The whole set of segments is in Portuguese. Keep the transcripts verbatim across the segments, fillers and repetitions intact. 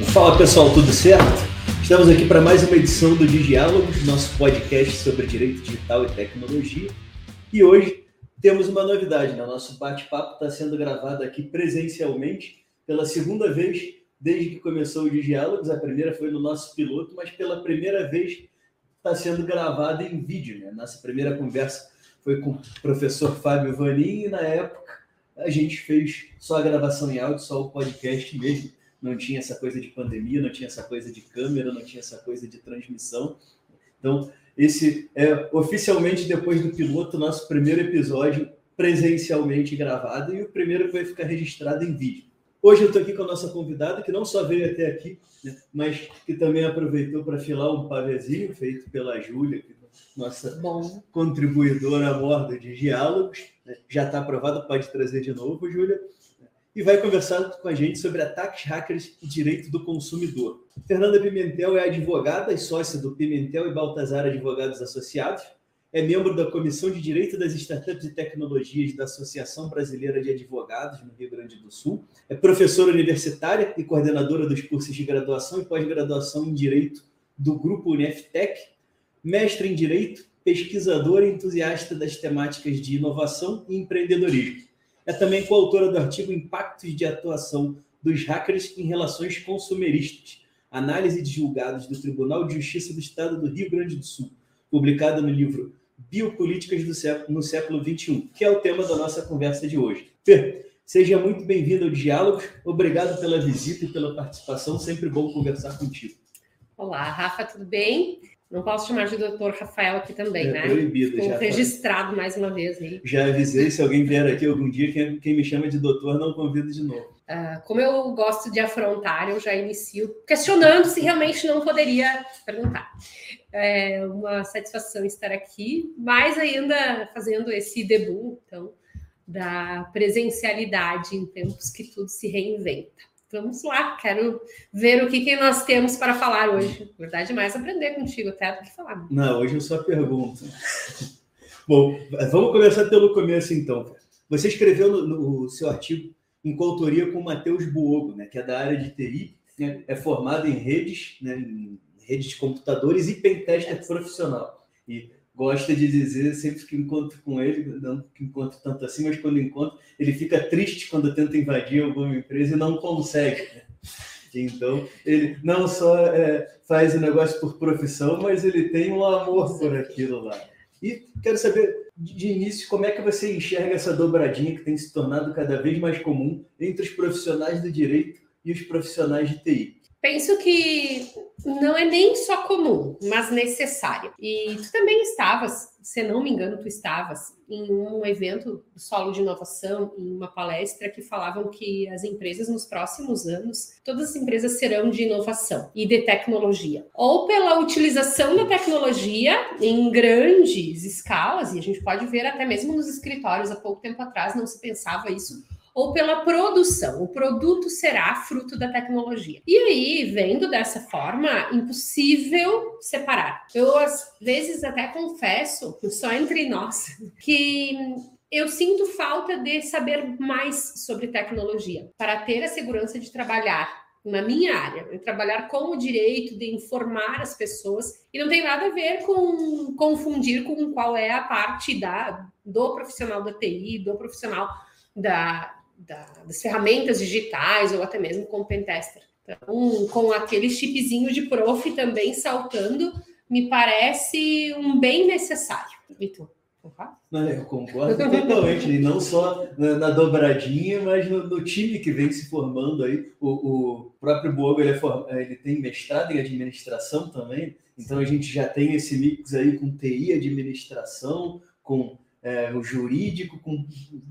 Fala pessoal, tudo certo? Estamos aqui para mais uma edição do Digiálogos, nosso podcast sobre direito digital e tecnologia. E hoje temos uma novidade, né? Nosso bate-papo está sendo gravado aqui presencialmente pela segunda vez desde que começou o Digiálogos. A primeira foi no nosso piloto, mas pela primeira vez está sendo gravado em vídeo, né? Nossa primeira conversa foi com o professor Fábio Vanin e na época a gente fez só a gravação em áudio, só o podcast mesmo. Não tinha essa coisa de pandemia, não tinha essa coisa de câmera, não tinha essa coisa de transmissão. Então, esse é oficialmente, depois do piloto, nosso primeiro episódio presencialmente gravado e o primeiro que vai ficar registrado em vídeo. Hoje eu estou aqui com a nossa convidada, que não só veio até aqui, né, mas que também aproveitou para filar um pavezinho feito pela Júlia, nossa Bom. contribuidora a bordo de Diálogos. Né, já está aprovado, pode trazer de novo, Júlia. E vai conversar com a gente sobre ataques hackers e direito do consumidor. Fernanda Pimentel é advogada e sócia do Pimentel e Baltazar Advogados Associados. É membro da Comissão de Direito das Startups e Tecnologias da Associação Brasileira de Advogados, no Rio Grande do Sul. É professora universitária e coordenadora dos cursos de graduação e pós-graduação em Direito do Grupo Uneftec. Mestre em Direito, pesquisadora e entusiasta das temáticas de inovação e empreendedorismo. É também coautora do artigo Impactos de Atuação dos Hackers em Relações Consumeristas, análise de julgados do Tribunal de Justiça do Estado do Rio Grande do Sul, publicada no livro Biopolíticas do século, no século vinte e um, que é o tema da nossa conversa de hoje. Fê, seja muito bem-vindo ao Diálogos, obrigado pela visita e pela participação, sempre bom conversar contigo. Olá, Rafa, tudo bem? Não posso chamar de doutor Rafael aqui também, é, né? Proibido. Ficou já registrado mais uma vez aí. Já avisei, se alguém vier aqui algum dia, quem, quem me chama de doutor não convido de novo. Uh, como eu gosto de afrontar, eu já inicio questionando se realmente não poderia perguntar. É uma satisfação estar aqui, mais ainda fazendo esse debut, então, da presencialidade em tempos que tudo se reinventa. Vamos lá, quero ver o que, que nós temos para falar hoje. Na verdade, mais aprender contigo até do que falar. Não, hoje eu só pergunto. Bom, vamos começar pelo começo, então. Você escreveu no, no seu artigo em coautoria com o Matheus Buogo, né, que é da área de T I, né, é formado em redes, né, em redes de computadores e pentester profissional. E gosta de dizer, sempre que encontro com ele, não que encontro tanto assim, mas quando encontro, ele fica triste quando tenta invadir alguma empresa e não consegue. Né? Então, ele não só é, faz o negócio por profissão, mas ele tem um amor por aquilo lá. E quero saber, de início, como é que você enxerga essa dobradinha que tem se tornado cada vez mais comum entre os profissionais do direito e os profissionais de T I? Penso que não é nem só comum, mas necessário. E tu também estavas, se não me engano, tu estavas em um evento do Solo de Inovação, em uma palestra que falavam que as empresas nos próximos anos, todas as empresas serão de inovação e de tecnologia. Ou pela utilização da tecnologia em grandes escalas, e a gente pode ver até mesmo nos escritórios, há pouco tempo atrás não se pensava isso, ou pela produção. O produto será fruto da tecnologia. E aí, vendo dessa forma, impossível separar. Eu, às vezes, até confesso, só entre nós, que eu sinto falta de saber mais sobre tecnologia, para ter a segurança de trabalhar na minha área, de trabalhar com o direito de informar as pessoas, e não tem nada a ver com confundir com qual é a parte da, do profissional da T I, do profissional da... Da, das ferramentas digitais ou até mesmo com o pentester. Então, com aquele chipzinho de prof também saltando, me parece um bem necessário. E tu? Não, eu concordo totalmente, e não só na, na dobradinha, mas no, no time que vem se formando aí. O, o próprio Buogo, ele, é form... ele tem mestrado em administração também, então a gente já tem esse mix aí com T I, administração, com é, o jurídico, com...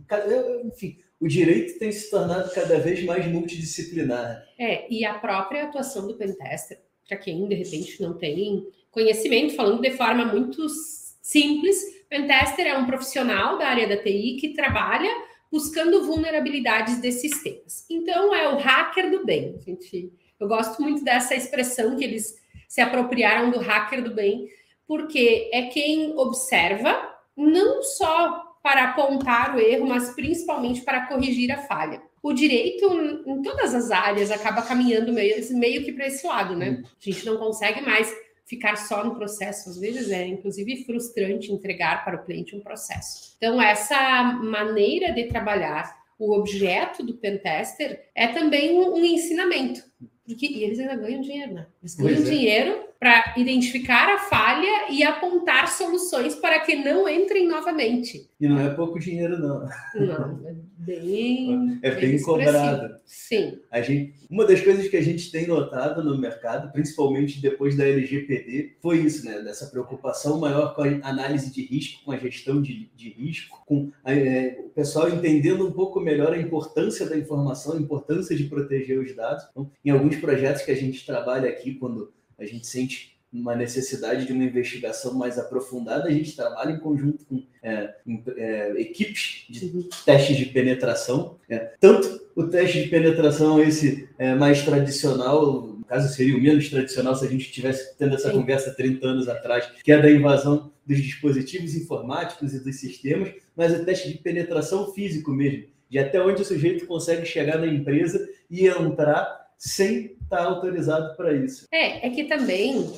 enfim... O direito tem se tornado cada vez mais multidisciplinar. É, e a própria atuação do pentester, para quem de repente não tem conhecimento, falando de forma muito simples, pentester é um profissional da área da T I que trabalha buscando vulnerabilidades de sistemas. Então, é o hacker do bem. Gente, eu gosto muito dessa expressão que eles se apropriaram do hacker do bem, porque é quem observa, não só para apontar o erro, mas principalmente para corrigir a falha. o direito, em todas as áreas, acaba caminhando meio, meio que para esse lado, né? A gente não consegue mais ficar só no processo. Às vezes é, inclusive, frustrante entregar para o cliente um processo. Então, essa maneira de trabalhar o objeto do pentester é também um, um ensinamento. Porque, e eles ainda ganham dinheiro, né? Eles ganham Pois é. dinheiro para identificar a falha e apontar soluções para que não entrem novamente. E não é pouco dinheiro, não. Não, é bem... É bem cobrado. Sim. A gente, uma das coisas que a gente tem notado no mercado, principalmente depois da L G P D, foi isso, né? Dessa preocupação maior com a análise de risco, com a gestão de, de risco, com é, o pessoal entendendo um pouco melhor a importância da informação, a importância de proteger os dados. Então, em alguns projetos que a gente trabalha aqui, quando a gente sente uma necessidade de uma investigação mais aprofundada, a gente trabalha em conjunto com é, em, é, equipes de testes de penetração. É, tanto o teste de penetração esse é, mais tradicional, no caso seria o menos tradicional se a gente estivesse tendo essa Sim. conversa trinta anos atrás, que é da invasão dos dispositivos informáticos e dos sistemas, mas o teste de penetração físico mesmo, de até onde o sujeito consegue chegar na empresa e entrar sem estar autorizado para isso. É, é que também,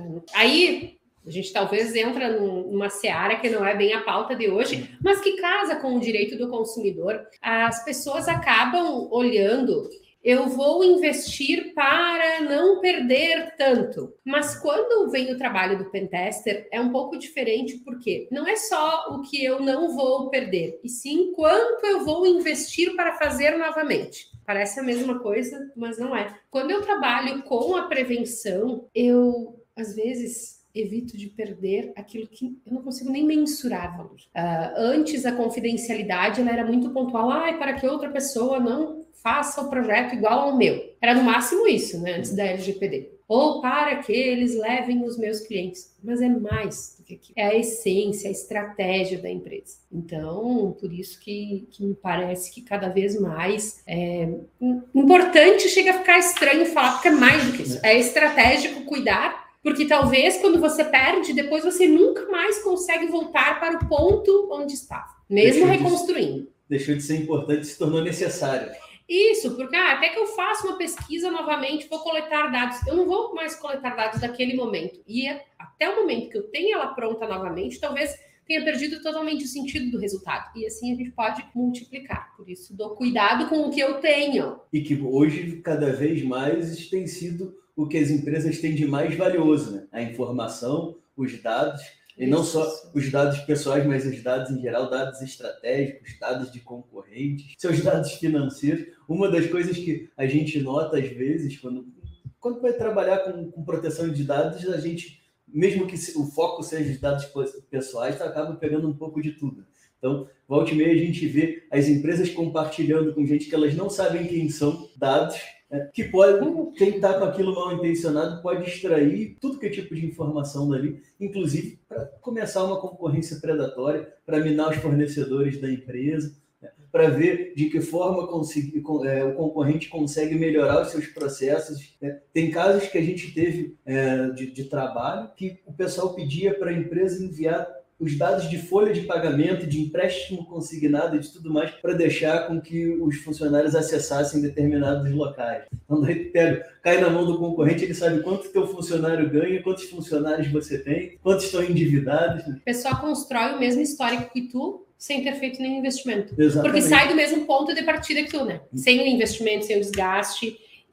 aí a gente talvez entra numa seara que não é bem a pauta de hoje, mas que casa com o direito do consumidor. As pessoas acabam olhando, eu vou investir para não perder tanto. Mas quando vem o trabalho do pentester, é um pouco diferente, porque não é só o que eu não vou perder, e sim quanto eu vou investir para fazer novamente. Parece a mesma coisa, mas não é. Quando eu trabalho com a prevenção, eu, às vezes, evito de perder aquilo que eu não consigo nem mensurar valor. Uh, antes, a confidencialidade ela era muito pontual. Ah, para que outra pessoa não faça o projeto igual ao meu. Era no máximo isso, né? Antes da L G P D. Ou para que eles levem os meus clientes. Mas é mais do que aquilo. É a essência, a estratégia da empresa. Então, por isso que, que me parece que cada vez mais é importante, chega a ficar estranho falar, porque é mais do que isso. É estratégico cuidar, porque talvez quando você perde, depois você nunca mais consegue voltar para o ponto onde estava, mesmo deixou reconstruindo. De, deixou de ser importante, se tornou necessário. Isso, porque ah, até que eu faça uma pesquisa novamente, vou coletar dados. Eu não vou mais coletar dados daquele momento. E até o momento que eu tenha ela pronta novamente, talvez tenha perdido totalmente o sentido do resultado. E assim a gente pode multiplicar. Por isso, dou cuidado com o que eu tenho. E que hoje, cada vez mais, isso tem sido o que as empresas têm de mais valioso, né? A informação, os dados, e não só os dados pessoais, mas os dados em geral, dados estratégicos, dados de concorrentes, seus dados financeiros. Uma das coisas que a gente nota às vezes, quando, quando vai trabalhar com, com proteção de dados, a gente, mesmo que o foco seja os dados pessoais, acaba pegando um pouco de tudo. Então, volta e meia a gente vê as empresas compartilhando com gente que elas não sabem quem são, dados, né, que pode, quem está com aquilo mal intencionado pode extrair tudo que é tipo de informação dali, inclusive para começar uma concorrência predatória, para minar os fornecedores da empresa, né, para ver de que forma conseguir, é, o concorrente consegue melhorar os seus processos. Né. Tem casos que a gente teve é, de, de trabalho que o pessoal pedia para a empresa enviar os dados de folha de pagamento, de empréstimo consignado e de tudo mais, para deixar com que os funcionários acessassem determinados locais. Então, daí pega, cai na mão do concorrente, ele sabe quanto teu funcionário ganha, quantos funcionários você tem, quantos estão endividados. O pessoal constrói o mesmo histórico que tu, sem ter feito nenhum investimento. Exatamente. Porque sai do mesmo ponto de partida que tu, né? Sem o investimento, sem o desgaste.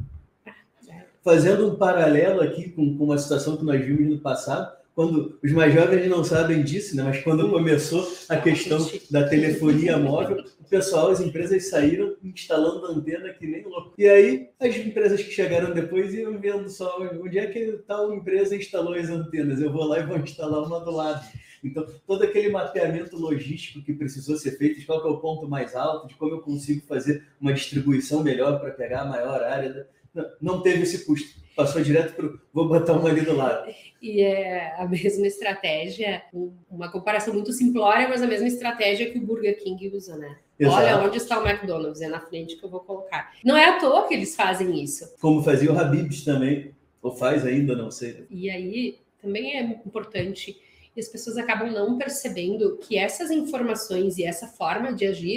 Fazendo um paralelo aqui com, com uma situação que nós vimos no passado, quando os mais jovens não sabem disso, né? Mas quando começou a questão da telefonia móvel, o pessoal, as empresas saíram instalando antena que nem louco. E aí, as empresas que chegaram depois iam vendo só onde é que tal empresa instalou as antenas. Eu vou lá e vou instalar uma do lado. Então, todo aquele mapeamento logístico que precisou ser feito, de qual que é o ponto mais alto, de como eu consigo fazer uma distribuição melhor para pegar a maior área, não, não teve esse custo. Passou direto para o vou botar uma ali do lado. E é a mesma estratégia, uma comparação muito simplória, mas a mesma estratégia que o Burger King usa, né? Exato. Olha onde está o McDonald's, é na frente que eu vou colocar. Não é à toa que eles fazem isso. Como fazia o Habib's também, ou faz ainda, não sei. E aí, também é importante, e as pessoas acabam não percebendo que essas informações e essa forma de agir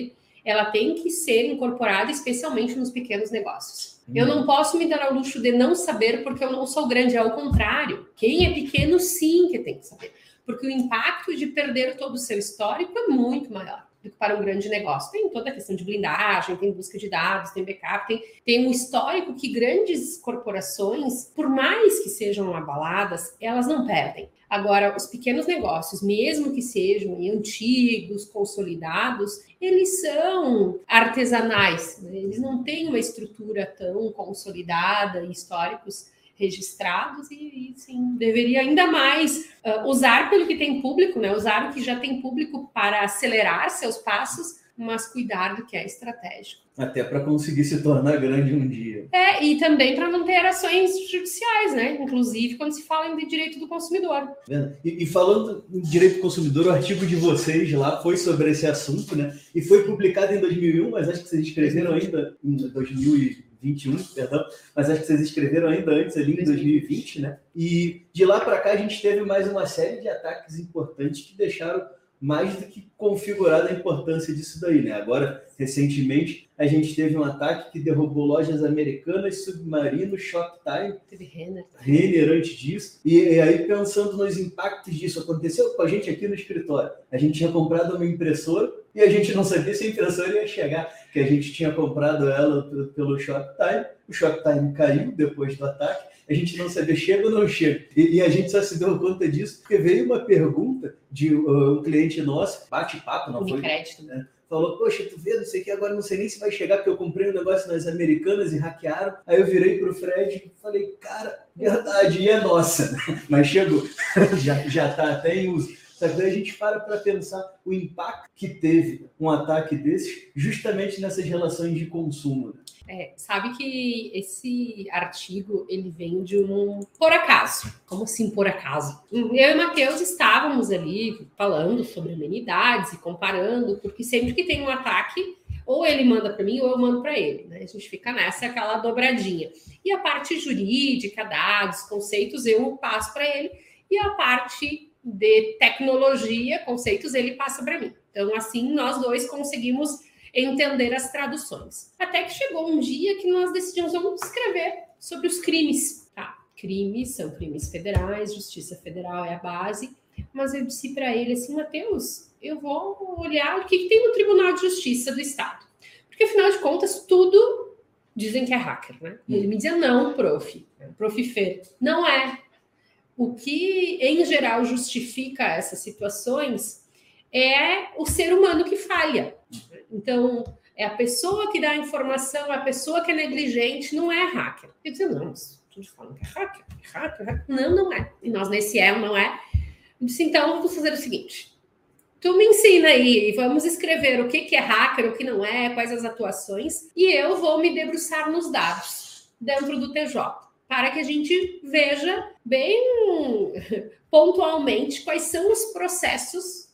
ela tem que ser incorporada especialmente nos pequenos negócios. Eu não posso me dar ao luxo de não saber porque eu não sou grande, é o contrário. Quem é pequeno, sim, que tem que saber. Porque o impacto de perder todo o seu histórico é muito maior do que para um grande negócio. Tem toda a questão de blindagem, tem busca de dados, tem backup, tem, tem um histórico que grandes corporações, por mais que sejam abaladas, elas não perdem. Agora, os pequenos negócios, mesmo que sejam antigos, consolidados, eles são artesanais, né? Eles não têm uma estrutura tão consolidada e históricos registrados e, e sim, deveria ainda mais uh, usar pelo que tem público, né? Usar o que já tem público para acelerar seus passos, mas cuidar do que é estratégico. Até para conseguir se tornar grande um dia. É, e também para não ter ações judiciais, né? Inclusive quando se fala em direito do consumidor. E, e falando em direito do consumidor, o artigo de vocês lá foi sobre esse assunto, né? E foi publicado em dois mil e um, mas acho que vocês escreveram ainda em dois mil e vinte e um, perdão, mas acho que vocês escreveram ainda antes, ali em dois mil e vinte, né? E de lá para cá a gente teve mais uma série de ataques importantes que deixaram mais do que configurada a importância disso daí, né? Agora, recentemente, a gente teve um ataque que derrubou lojas americanas, Submarino, Shoptime, teve Renner. Renner antes disso. E, e aí, pensando nos impactos disso, aconteceu com a gente aqui no escritório. A gente tinha comprado uma impressora e a gente não sabia se a impressora ia chegar, que a gente tinha comprado ela pelo Shoptime. O Shoptime caiu depois do ataque. A gente não sabia, chega ou não chega. E, e a gente só se deu conta disso porque veio uma pergunta de uh, um cliente nosso, bate-papo, não foi? Crédito. Né? Falou, poxa, tu vê, não sei o que, agora não sei nem se vai chegar, porque eu comprei um negócio nas Americanas e hackearam. Aí eu virei pro Fred e falei, cara, verdade, e é nossa. Mas chegou, já, já tá até em uso. Só que daí a gente para para pensar o impacto que teve um ataque desses justamente nessas relações de consumo. Né? É, sabe que esse artigo, ele vem de um por acaso. Como assim por acaso? Eu e o Matheus estávamos ali falando sobre amenidades e comparando, porque sempre que tem um ataque, ou ele manda para mim ou eu mando para ele. Né? A gente fica nessa, aquela dobradinha. E a parte jurídica, dados, conceitos, eu passo para ele. E a parte de tecnologia, conceitos, ele passa para mim. Então, assim, nós dois conseguimos entender as traduções. Até que chegou um dia que nós decidimos, vamos escrever sobre os crimes. Tá? Crimes são crimes federais, Justiça Federal é a base, mas eu disse para ele assim, Matheus, eu vou olhar o que, que tem no Tribunal de Justiça do Estado. Porque, afinal de contas, tudo dizem que é hacker, né? E ele me dizia, não, prof, prof Fer, não é. O que, em geral, justifica essas situações é o ser humano que falha. Então, é a pessoa que dá a informação, é a pessoa que é negligente, não é hacker. Eu disse, não, mas tudo falam que é hacker, é hacker, é hacker. Não, não é. E nós nesse é ou não é. Eu disse, então, vamos fazer o seguinte. Tu me ensina aí, vamos escrever o que, que é hacker, o que não é, quais as atuações, e eu vou me debruçar nos dados dentro do T J, para que a gente veja bem pontualmente quais são os processos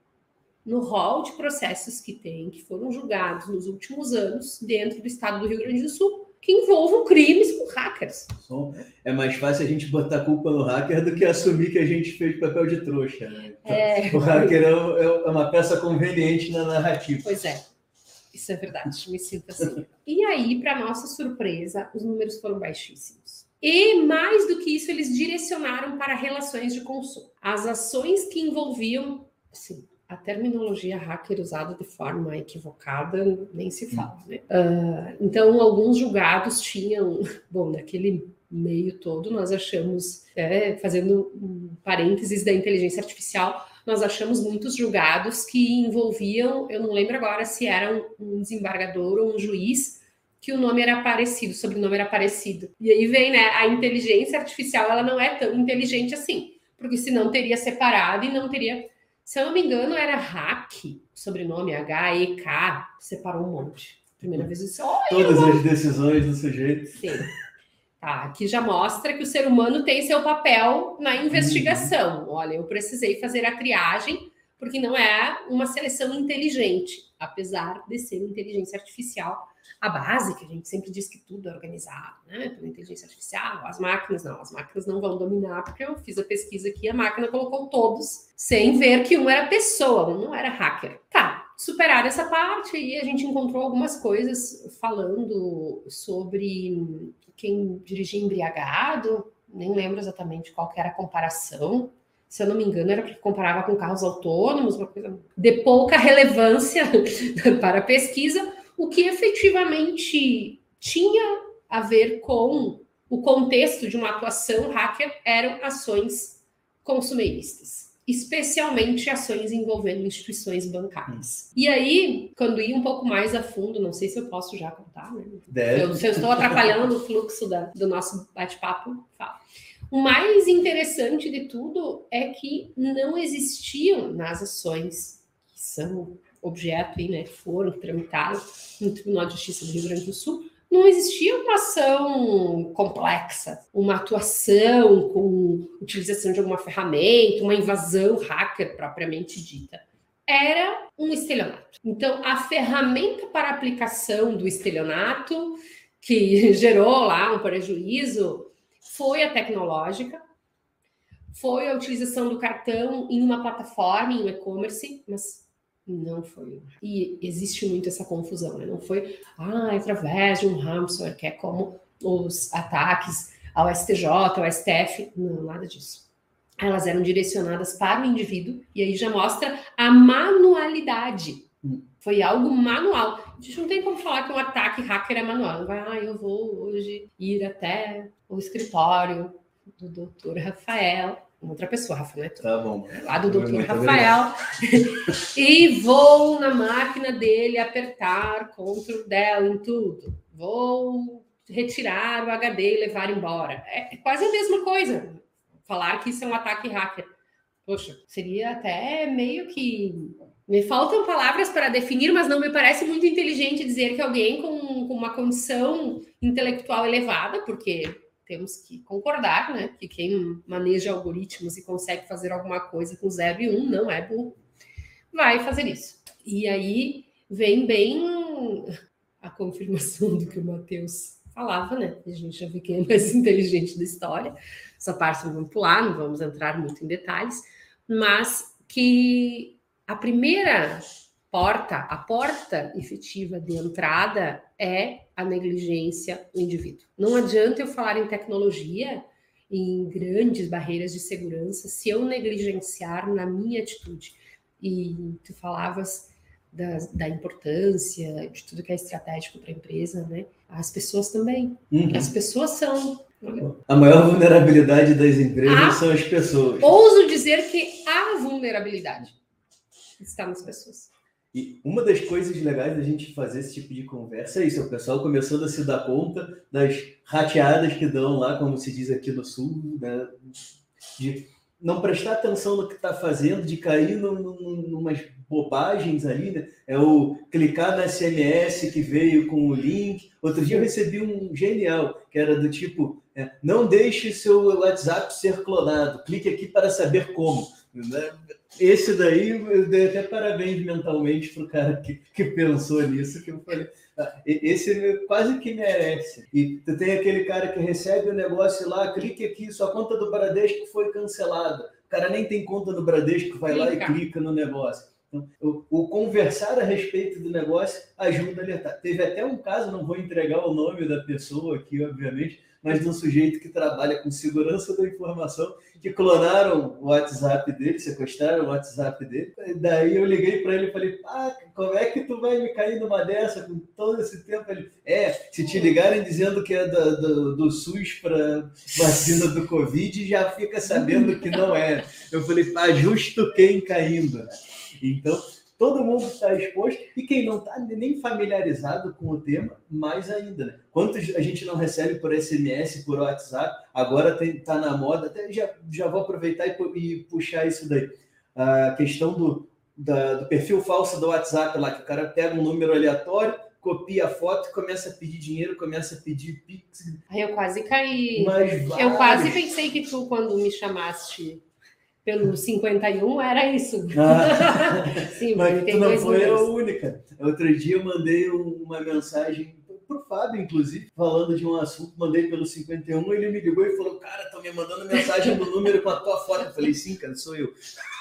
no rol de processos que tem, que foram julgados nos últimos anos dentro do estado do Rio Grande do Sul, que envolvam crimes com hackers. É mais fácil a gente botar a culpa no hacker do que assumir que a gente fez papel de trouxa. Né? Então, é... O hacker é uma peça conveniente na narrativa. Pois é, isso é verdade, me sinto assim. E aí, para nossa surpresa, os números foram baixíssimos. E, mais do que isso, eles direcionaram para relações de consumo. As ações que envolviam... Assim, a terminologia hacker usada de forma equivocada nem se fala, né? Uh, então, alguns julgados tinham... Bom, naquele meio todo, nós achamos... É, fazendo um parênteses da inteligência artificial, nós achamos muitos julgados que envolviam... Eu não lembro agora se era um desembargador ou um juiz, que o nome era parecido, o sobrenome era parecido. E aí vem, né? A inteligência artificial, ela não é tão inteligente assim, porque senão teria separado e não teria... Se eu não me engano, era Hack, sobrenome H E K, separou um monte. Primeira vez eu disse, olha, todas as decisões do sujeito. Sim. Tá, aqui já mostra que o ser humano tem seu papel na investigação. Uhum. Olha, eu precisei fazer a triagem, porque não é uma seleção inteligente, apesar de ser inteligência artificial. A base, que a gente sempre diz que tudo é organizado, né? Pela inteligência artificial, as máquinas não, as máquinas não vão dominar, porque eu fiz a pesquisa aqui, a máquina colocou todos, sem ver que um era pessoa, um não era hacker. Tá, superar essa parte, e a gente encontrou algumas coisas falando sobre quem dirigia embriagado, nem lembro exatamente qual que era a comparação. Se eu não me engano, era porque comparava com carros autônomos, uma coisa de pouca relevância para a pesquisa, o que efetivamente tinha a ver com o contexto de uma atuação hacker eram ações consumeristas, especialmente ações envolvendo instituições bancárias. E aí, quando ia um pouco mais a fundo, não sei se eu posso já contar, né? Eu, se eu estou atrapalhando o fluxo da, do nosso bate-papo, fala. O mais interessante de tudo é que não existiam nas ações que são objeto e, né, foram tramitadas no Tribunal de Justiça do Rio Grande do Sul, não existia uma ação complexa, uma atuação com utilização de alguma ferramenta, uma invasão hacker propriamente dita. Era um estelionato. Então, a ferramenta para aplicação do estelionato, que gerou lá um prejuízo, foi a tecnológica, foi a utilização do cartão em uma plataforma, em um e-commerce, mas não foi. E existe muito essa confusão, né? Não foi ah, através de um ransomware, que é como os ataques ao S T J, ao S T F. Não, nada disso. Elas eram direcionadas para o indivíduo, e aí já mostra a manualidade. Foi algo manual. A gente não tem como falar que um ataque hacker é manual. Não vai, ah, eu vou hoje ir até o escritório do doutor Rafael, outra pessoa, Rafa, né? Tá bom. Lá do doutor Rafael. E vou na máquina dele apertar Ctrl Del em tudo. Vou retirar o H D e levar embora. É quase a mesma coisa. Falar que isso é um ataque hacker. Poxa, seria até meio que... Me faltam palavras para definir, mas não me parece muito inteligente dizer que alguém com, com uma condição intelectual elevada, porque temos que concordar, né, que quem maneja algoritmos e consegue fazer alguma coisa com zero e um não é burro, vai fazer isso. E aí vem bem a confirmação do que o Matheus falava, né? A gente já vê quem é mais inteligente da história. Essa parte não vamos pular, não vamos entrar muito em detalhes, mas que a primeira porta, a porta efetiva de entrada é a negligência do indivíduo. Não adianta eu falar em tecnologia, em grandes barreiras de segurança, se eu negligenciar na minha atitude. E tu falavas da, da importância de tudo que é estratégico para a empresa, né? As pessoas também. Uhum. As pessoas são... A maior vulnerabilidade das empresas a, são as pessoas. Ouso dizer que há vulnerabilidade. Está nas pessoas. E uma das coisas legais da gente fazer esse tipo de conversa é isso, é o pessoal começando a se dar conta das rateadas que dão lá, como se diz aqui no Sul, né? De não prestar atenção no que está fazendo, de cair no, no, numas bobagens ali, né? É o clicar no S M S que veio com o link. Outro dia eu recebi um genial, que era do tipo, é, não deixe seu WhatsApp ser clonado, clique aqui para saber como. Né? Esse daí, eu dei até parabéns mentalmente para o cara que, que pensou nisso, que eu falei, ah, esse quase que merece. E tu tem aquele cara que recebe o negócio lá, clique aqui, sua conta do Bradesco foi cancelada. O cara nem tem conta no Bradesco, vai clica. lá e clica no negócio. Então, o, o conversar a respeito do negócio ajuda a alertar. Teve até um caso, não vou entregar o nome da pessoa aqui, obviamente, mas de um sujeito que trabalha com segurança da informação, que clonaram o WhatsApp dele, sequestraram o WhatsApp dele. Daí eu liguei para ele e falei, ah, como é que tu vai me cair numa dessa com todo esse tempo? Ele, é, se te ligarem dizendo que é do, do, do SUS para vacina do Covid, já fica sabendo que não é. Eu falei, pá, justo quem caindo. Então, todo mundo está exposto, e quem não está nem familiarizado com o tema, mais ainda, né? Quantos a gente não recebe por S M S, por WhatsApp, agora está na moda, até já, já vou aproveitar e, e puxar isso daí. A questão do, da, do perfil falso do WhatsApp lá, que o cara pega um número aleatório, copia a foto e começa a pedir dinheiro, começa a pedir Pix. Aí eu quase caí. Mas eu vários... quase pensei que tu, quando me chamaste pelo cinquenta e um, era isso. Ah, sim, mas tu não foi a única. Outro dia eu mandei uma mensagem pro Fábio, inclusive, falando de um assunto, mandei pelo cinquenta e um, ele me ligou e falou, cara, tô me mandando mensagem no número com a tua foto. Eu falei, sim, cara, sou eu.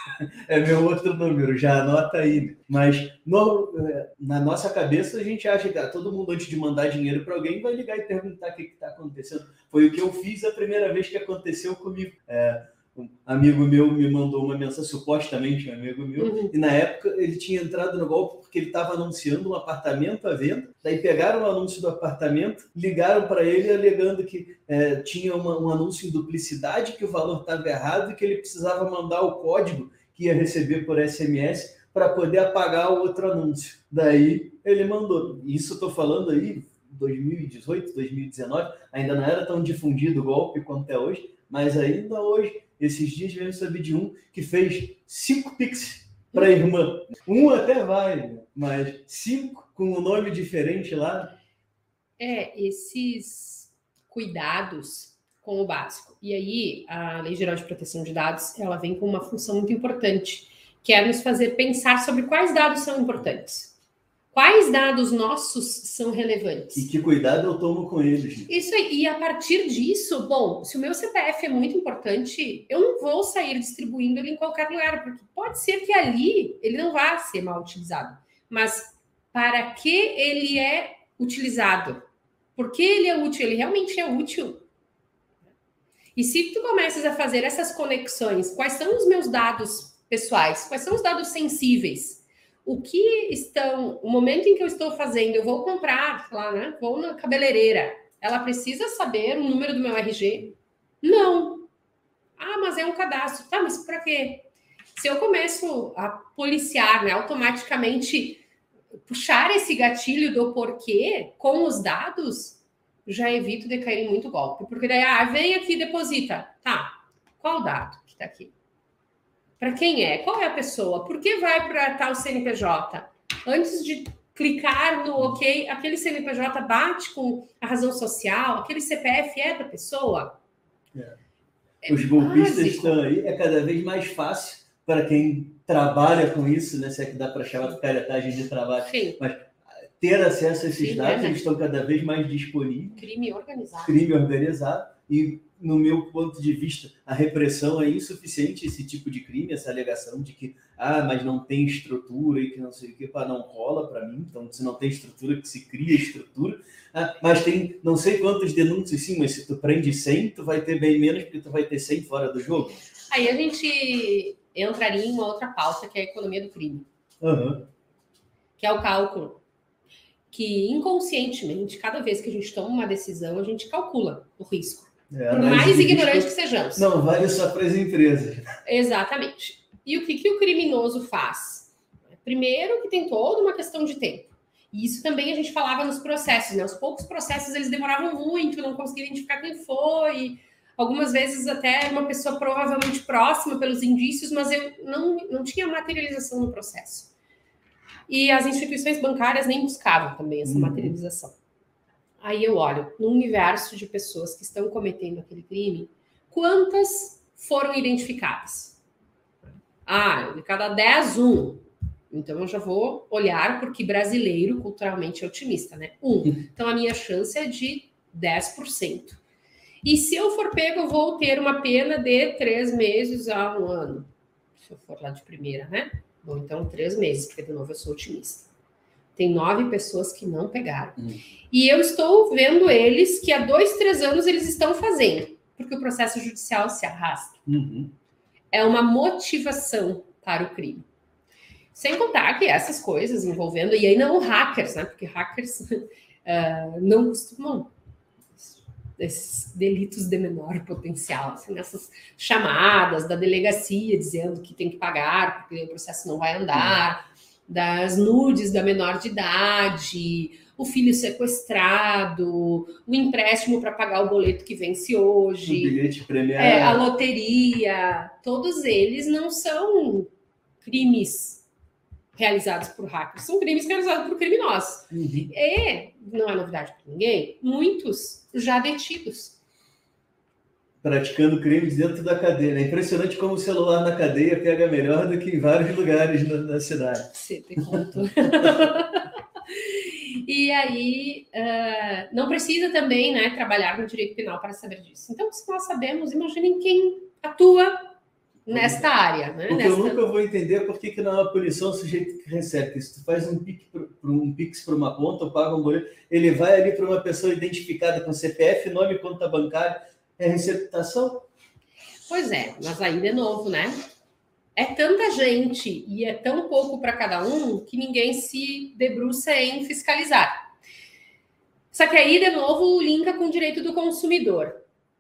É meu outro número, já anota aí. Mas no, na nossa cabeça a gente acha que ah, todo mundo antes de mandar dinheiro para alguém vai ligar e perguntar o que está acontecendo. Foi o que eu fiz a primeira vez que aconteceu comigo. É, um amigo meu me mandou uma mensagem, supostamente um amigo meu, uhum. E na época ele tinha entrado no golpe porque ele estava anunciando um apartamento à venda, daí pegaram o anúncio do apartamento, ligaram para ele alegando que é, tinha uma, um anúncio em duplicidade, que o valor estava errado e que ele precisava mandar o código que ia receber por S M S para poder apagar o outro anúncio. Daí ele mandou. Isso eu estou falando aí, dois mil e dezoito, dois mil e dezenove, ainda não era tão difundido o golpe quanto é hoje, mas ainda hoje, esses dias mesmo saber de um que fez cinco pix para a irmã. Um até vai, mas cinco com um nome diferente lá. É, esses cuidados com o básico. E aí, a Lei Geral de Proteção de Dados, ela vem com uma função muito importante, que é nos fazer pensar sobre quais dados são importantes. Quais dados nossos são relevantes? E que cuidado eu tomo com eles. Isso aí. E a partir disso, bom, se o meu C P F é muito importante, eu não vou sair distribuindo ele em qualquer lugar, porque pode ser que ali ele não vá ser mal utilizado. Mas para que ele é utilizado? Por que ele é útil? Ele realmente é útil? E se tu começas a fazer essas conexões, quais são os meus dados pessoais? Quais são os dados sensíveis? O que estão, o momento em que eu estou fazendo, eu vou comprar lá, né? Vou na cabeleireira. Ela precisa saber o número do meu R G? Não. Ah, mas é um cadastro. Tá, mas para quê? Se eu começo a policiar, né, automaticamente puxar esse gatilho do porquê com os dados, já evito de cair em muito golpe. Porque daí, ah, vem aqui e deposita. Tá, qual dado que tá aqui? Para quem é? Qual é a pessoa? Por que vai para tal C N P J? Antes de clicar no OK, aquele C N P J bate com a razão social? Aquele C P F é da pessoa? É. É Os golpistas básico. Estão aí, é cada vez mais fácil para quem trabalha com isso, né? Se é que dá para chamar de piratagem de trabalho. Sim. Mas ter acesso a esses Sim, dados, é, né? Eles estão cada vez mais disponíveis. Crime organizado. Crime organizado. E, no meu ponto de vista, a repressão é insuficiente, esse tipo de crime, essa alegação de que, ah, mas não tem estrutura e que não sei o que, para não rola para mim. Então, se não tem estrutura, que se cria estrutura. Ah, mas tem não sei quantas denúncias, sim, mas se tu prende cem, tu vai ter bem menos, porque tu vai ter cem fora do jogo. Aí a gente entraria em uma outra pauta, que é a economia do crime. Uhum. Que é o cálculo. Que inconscientemente, cada vez que a gente toma uma decisão, a gente calcula o risco. É, por mais ignorante que sejamos. Não vale só para as empresas. Exatamente. E o que, que o criminoso faz? Primeiro que tem toda uma questão de tempo. E isso também a gente falava nos processos, né? Os poucos processos, eles demoravam muito, não conseguia identificar quem foi. Algumas vezes até uma pessoa provavelmente próxima pelos indícios, mas eu não, não tinha materialização no processo. E as instituições bancárias nem buscavam também essa uhum. materialização. Aí eu olho, no universo de pessoas que estão cometendo aquele crime, quantas foram identificadas? Ah, de cada dez, um. Então eu já vou olhar, porque brasileiro culturalmente é otimista, né? Um. Então a minha chance é de dez por cento. E se eu for pego, eu vou ter uma pena de três meses a um ano. Se eu for lá de primeira, né? Bom, então três meses, porque de novo eu sou otimista. Tem nove pessoas que não pegaram. Hum. E eu estou vendo eles que há dois, três anos eles estão fazendo, porque o processo judicial se arrasta. Uhum. É uma motivação para o crime. Sem contar que essas coisas envolvendo, e aí não hackers, né? Porque hackers uh, não costumam, esses delitos de menor potencial, assim, essas chamadas da delegacia dizendo que tem que pagar, porque o processo não vai andar, uhum. das nudes da menor de idade, o filho sequestrado, o empréstimo para pagar o boleto que vence hoje, o bilhete premiado, é, a loteria, todos eles não são crimes realizados por hackers, são crimes realizados por criminosos. Uhum. E, não é novidade para ninguém, muitos já detidos. Praticando crimes dentro da cadeia. É impressionante como o celular na cadeia pega melhor do que em vários lugares na, na cidade. Você tem conta. E aí, uh, não precisa também, né, trabalhar no direito penal para saber disso. Então, se nós sabemos, imaginem quem atua nesta área. Né? O que nesta... eu nunca vou entender é por que, que não é uma punição o sujeito que recebe. Porque se tu faz um pix um pix para uma conta, ou paga um boleto, ele vai ali para uma pessoa identificada com C P F, nome, conta bancária, é receptação? Pois é, mas aí de novo, né? É tanta gente e é tão pouco para cada um que ninguém se debruça em fiscalizar. Só que aí, de novo, linka com o direito do consumidor.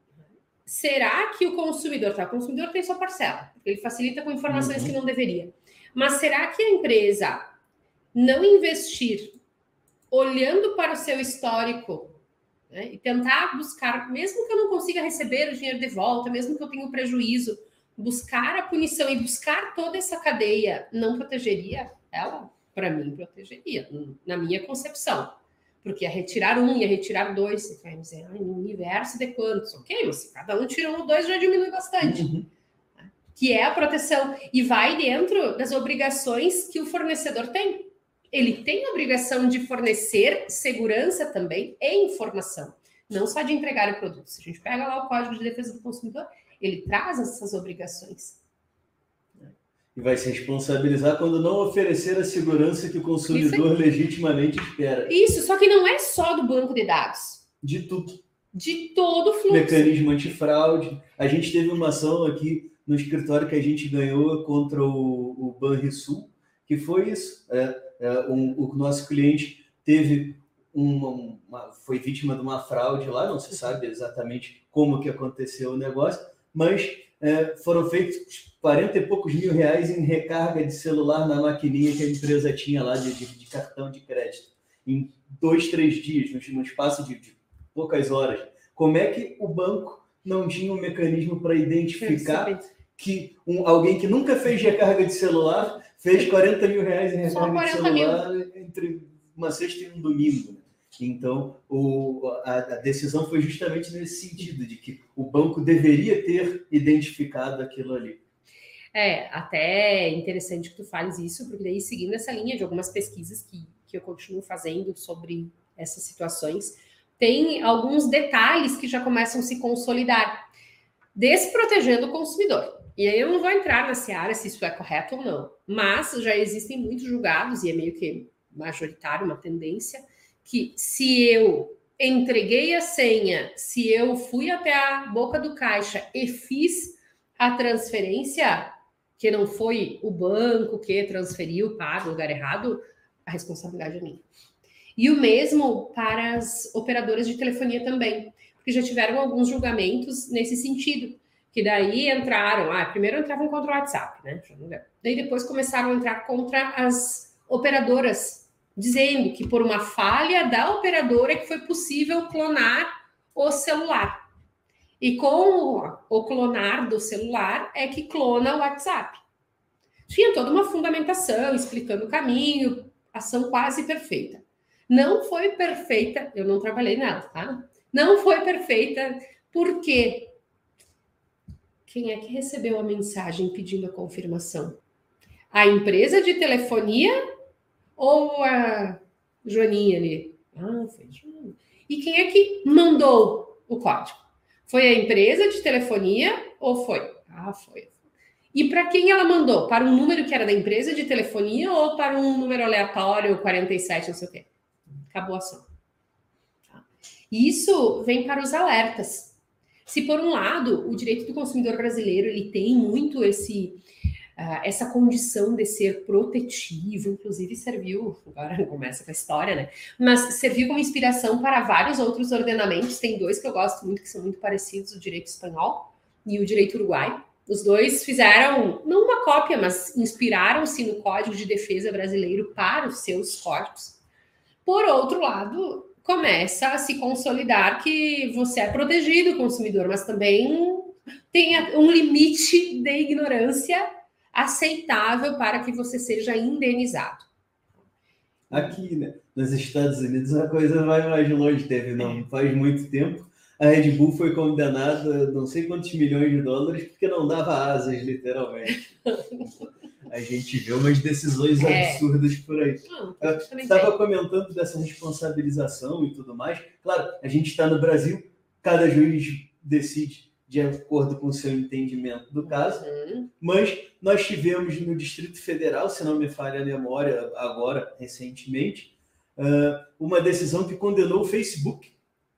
Será que o consumidor, tá? O consumidor tem sua parcela, ele facilita com informações uhum. que não deveria. Mas será que a empresa não investir olhando para o seu histórico, né, e tentar buscar, mesmo que eu não consiga receber o dinheiro de volta, mesmo que eu tenha um prejuízo, buscar a punição e buscar toda essa cadeia, não protegeria ela? Para mim, protegeria, na minha concepção. Porque ia retirar um, ia retirar dois, você vai dizer, ah, no universo de quantos? Ok, mas se cada um tira um ou dois, já diminui bastante. Uhum. Que é a proteção. E vai dentro das obrigações que o fornecedor tem. Ele tem a obrigação de fornecer segurança também e informação. Não só de entregar o produto. Se a gente pega lá o Código de Defesa do Consumidor, ele traz essas obrigações. E vai se responsabilizar quando não oferecer a segurança que o consumidor Isso. legitimamente espera. Isso, só que não é só do banco de dados. De tudo. De todo o fluxo. Mecanismo antifraude. A gente teve uma ação aqui no escritório que a gente ganhou contra o, o Banrisul, que foi isso. É, é, um, o nosso cliente teve uma, uma, foi vítima de uma fraude lá, não se sabe exatamente como que aconteceu o negócio, mas é, foram feitos quarenta e poucos mil reais em recarga de celular na maquininha que a empresa tinha lá de, de, de cartão de crédito. Em dois, três dias, no espaço de, de poucas horas. Como é que o banco não tinha um mecanismo para identificar que um, alguém que nunca fez recarga de celular fez quarenta mil reais em recarga de celular mil. Entre uma sexta e um domingo? Né? Então, o, a, a decisão foi justamente nesse sentido, de que o banco deveria ter identificado aquilo ali. É, até interessante que tu fales isso, porque daí, seguindo essa linha de algumas pesquisas que, que eu continuo fazendo sobre essas situações, tem alguns detalhes que já começam a se consolidar, desprotegendo o consumidor. E aí eu não vou entrar na seara se isso é correto ou não, mas já existem muitos julgados, e é meio que majoritário, uma tendência, que se eu entreguei a senha, se eu fui até a boca do caixa e fiz a transferência, que não foi o banco que transferiu, paga no lugar errado, a responsabilidade é minha. E o mesmo para as operadoras de telefonia também, porque já tiveram alguns julgamentos nesse sentido, que daí entraram, ah, primeiro entravam contra o WhatsApp, né? Daí depois começaram a entrar contra as operadoras, dizendo que por uma falha da operadora que foi possível clonar o celular. E com o clonar do celular é que clona o WhatsApp. Tinha toda uma fundamentação, explicando o caminho, ação quase perfeita. Não foi perfeita, eu não trabalhei nela, tá? Não foi perfeita, porque quem é que recebeu a mensagem pedindo a confirmação? A empresa de telefonia ou a Joaninha ali? Ah, foi a Joaninha. E quem é que mandou o código? Foi a empresa de telefonia ou foi? Ah, foi. E para quem ela mandou? Para um número que era da empresa de telefonia ou para um número aleatório, quarenta e sete, não sei o quê? Acabou a ação. Isso vem para os alertas. Se, por um lado, o direito do consumidor brasileiro ele tem muito esse, uh, essa condição de ser protetivo, inclusive serviu, agora começa com a história, né? Mas serviu como inspiração para vários outros ordenamentos. Tem dois que eu gosto muito, que são muito parecidos, o direito espanhol e o direito uruguaio. Os dois fizeram, não uma cópia, mas inspiraram-se no Código de Defesa brasileiro para os seus códigos. Por outro lado, começa a se consolidar que você é protegido, consumidor, mas também tem um limite de ignorância aceitável para que você seja indenizado. Aqui, né, nos Estados Unidos, a coisa vai mais longe. Teve, não faz muito tempo, a Red Bull foi condenada a não sei quantos milhões de dólares porque não dava asas, literalmente. A gente vê umas decisões é. absurdas por aí. Estava comentando dessa responsabilização e tudo mais. Claro, a gente está no Brasil, cada juiz decide de acordo com o seu entendimento do caso, Uhum. mas nós tivemos no Distrito Federal, se não me falha a memória, agora, recentemente, uma decisão que condenou o Facebook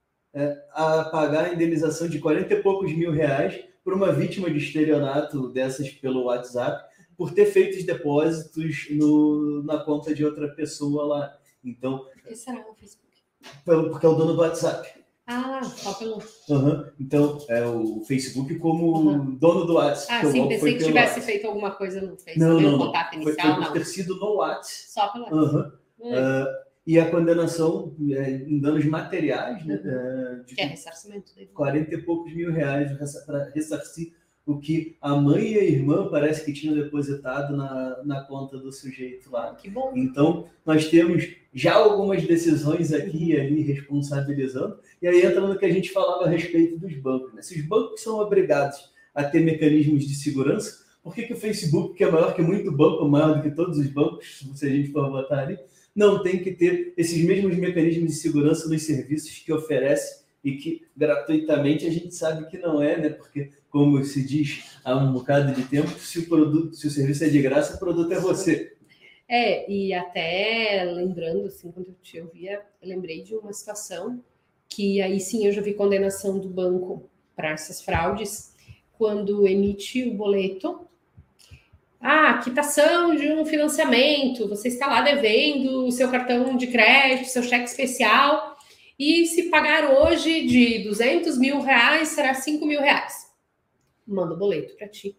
a pagar a indenização de quarenta e poucos mil reais por uma vítima de estelionato dessas pelo WhatsApp, por ter feito os depósitos no, na conta de outra pessoa lá. Então, Por que será o Facebook? porque é o dono do WhatsApp. Ah, só pelo... Uhum. Então, é o Facebook como Uhum. dono do WhatsApp. Ah, sim, pensei que tivesse WhatsApp. feito alguma coisa no Facebook. Não, não, no não. Contato Foi, inicial, foi por não. ter sido no WhatsApp. Só pelo WhatsApp. Uhum. Uhum. Uh, e a condenação é, em danos materiais, né, uhum. uh, de que é ressarcimento dele. quarenta e poucos mil reais para ressarcir o que a mãe e a irmã parece que tinham depositado na, na conta do sujeito lá. Que bom. Então, nós temos já algumas decisões aqui e ali responsabilizando, e aí entra no que a gente falava a respeito dos bancos. Né? Se os bancos são obrigados a ter mecanismos de segurança, por que, que o Facebook, que é maior que muito banco, maior do que todos os bancos, se a gente for botar ali, não tem que ter esses mesmos mecanismos de segurança nos serviços que oferece e que gratuitamente a gente sabe que não é, né? Porque, como se diz há um bocado de tempo, se o produto, se o serviço é de graça, o produto é você. É, e até lembrando, assim, quando eu te ouvia, eu lembrei de uma situação que aí sim eu já vi condenação do banco para essas fraudes, quando emite o boleto. Ah, quitação de um financiamento, você está lá devendo o seu cartão de crédito, seu cheque especial, e se pagar hoje de duzentos mil reais, será cinco mil reais. Manda o boleto para ti.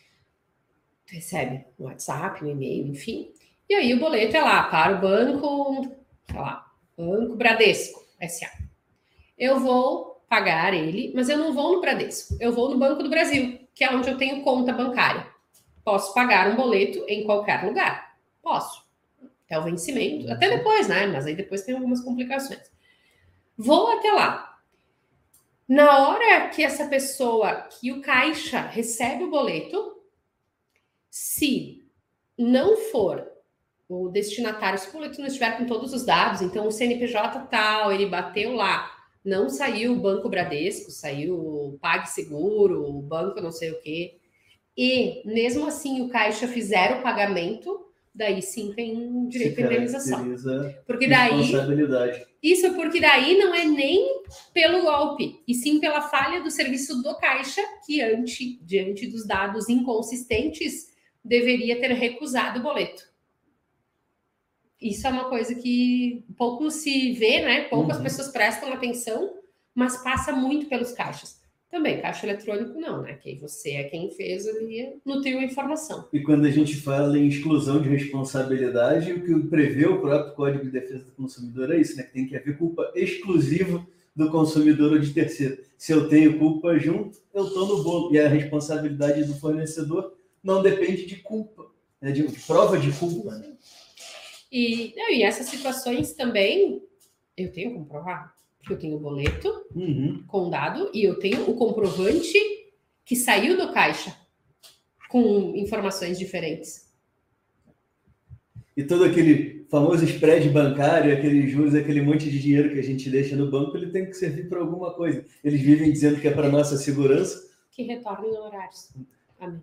Tu recebe no WhatsApp, no e-mail, enfim. E aí o boleto é lá para o banco, sei lá, Banco Bradesco, S A. Eu vou pagar ele, mas eu não vou no Bradesco, eu vou no Banco do Brasil, que é onde eu tenho conta bancária. Posso pagar um boleto em qualquer lugar. Posso. Até o vencimento. Até depois, né? Mas aí depois tem algumas complicações. Vou até lá. Na hora que essa pessoa, que o caixa recebe o boleto, se não for o destinatário, se o boleto não estiver com todos os dados, então o C N P J tal, ele bateu lá, não saiu o Banco Bradesco, saiu o PagSeguro, o banco não sei o quê, e mesmo assim o caixa fizer o pagamento, daí sim tem direito à indenização. Porque daí, isso porque daí não é nem pelo golpe, e sim pela falha do serviço do caixa, que ante, diante dos dados inconsistentes, deveria ter recusado o boleto. Isso é uma coisa que pouco se vê, né? Poucas uhum. pessoas prestam atenção, mas passa muito pelos caixas. Também, caixa eletrônico não, né? Que você é quem fez ali, nutriu a informação. E quando a gente fala em exclusão de responsabilidade, o que prevê o próprio Código de Defesa do Consumidor é isso, né? Que tem que haver culpa exclusiva do consumidor ou de terceiro. Se eu tenho culpa junto, eu estou no bolo. E a responsabilidade do fornecedor não depende de culpa, né? de, de prova de culpa. Né? E, não, e essas situações também, eu tenho como provar. Porque eu tenho o boleto uhum. com dado e eu tenho o comprovante que saiu do caixa com informações diferentes. E todo aquele famoso spread bancário, aqueles juros, aquele monte de dinheiro que a gente deixa no banco, ele tem que servir para alguma coisa. Eles vivem dizendo que é para nossa segurança. Que retornem horários. Amém.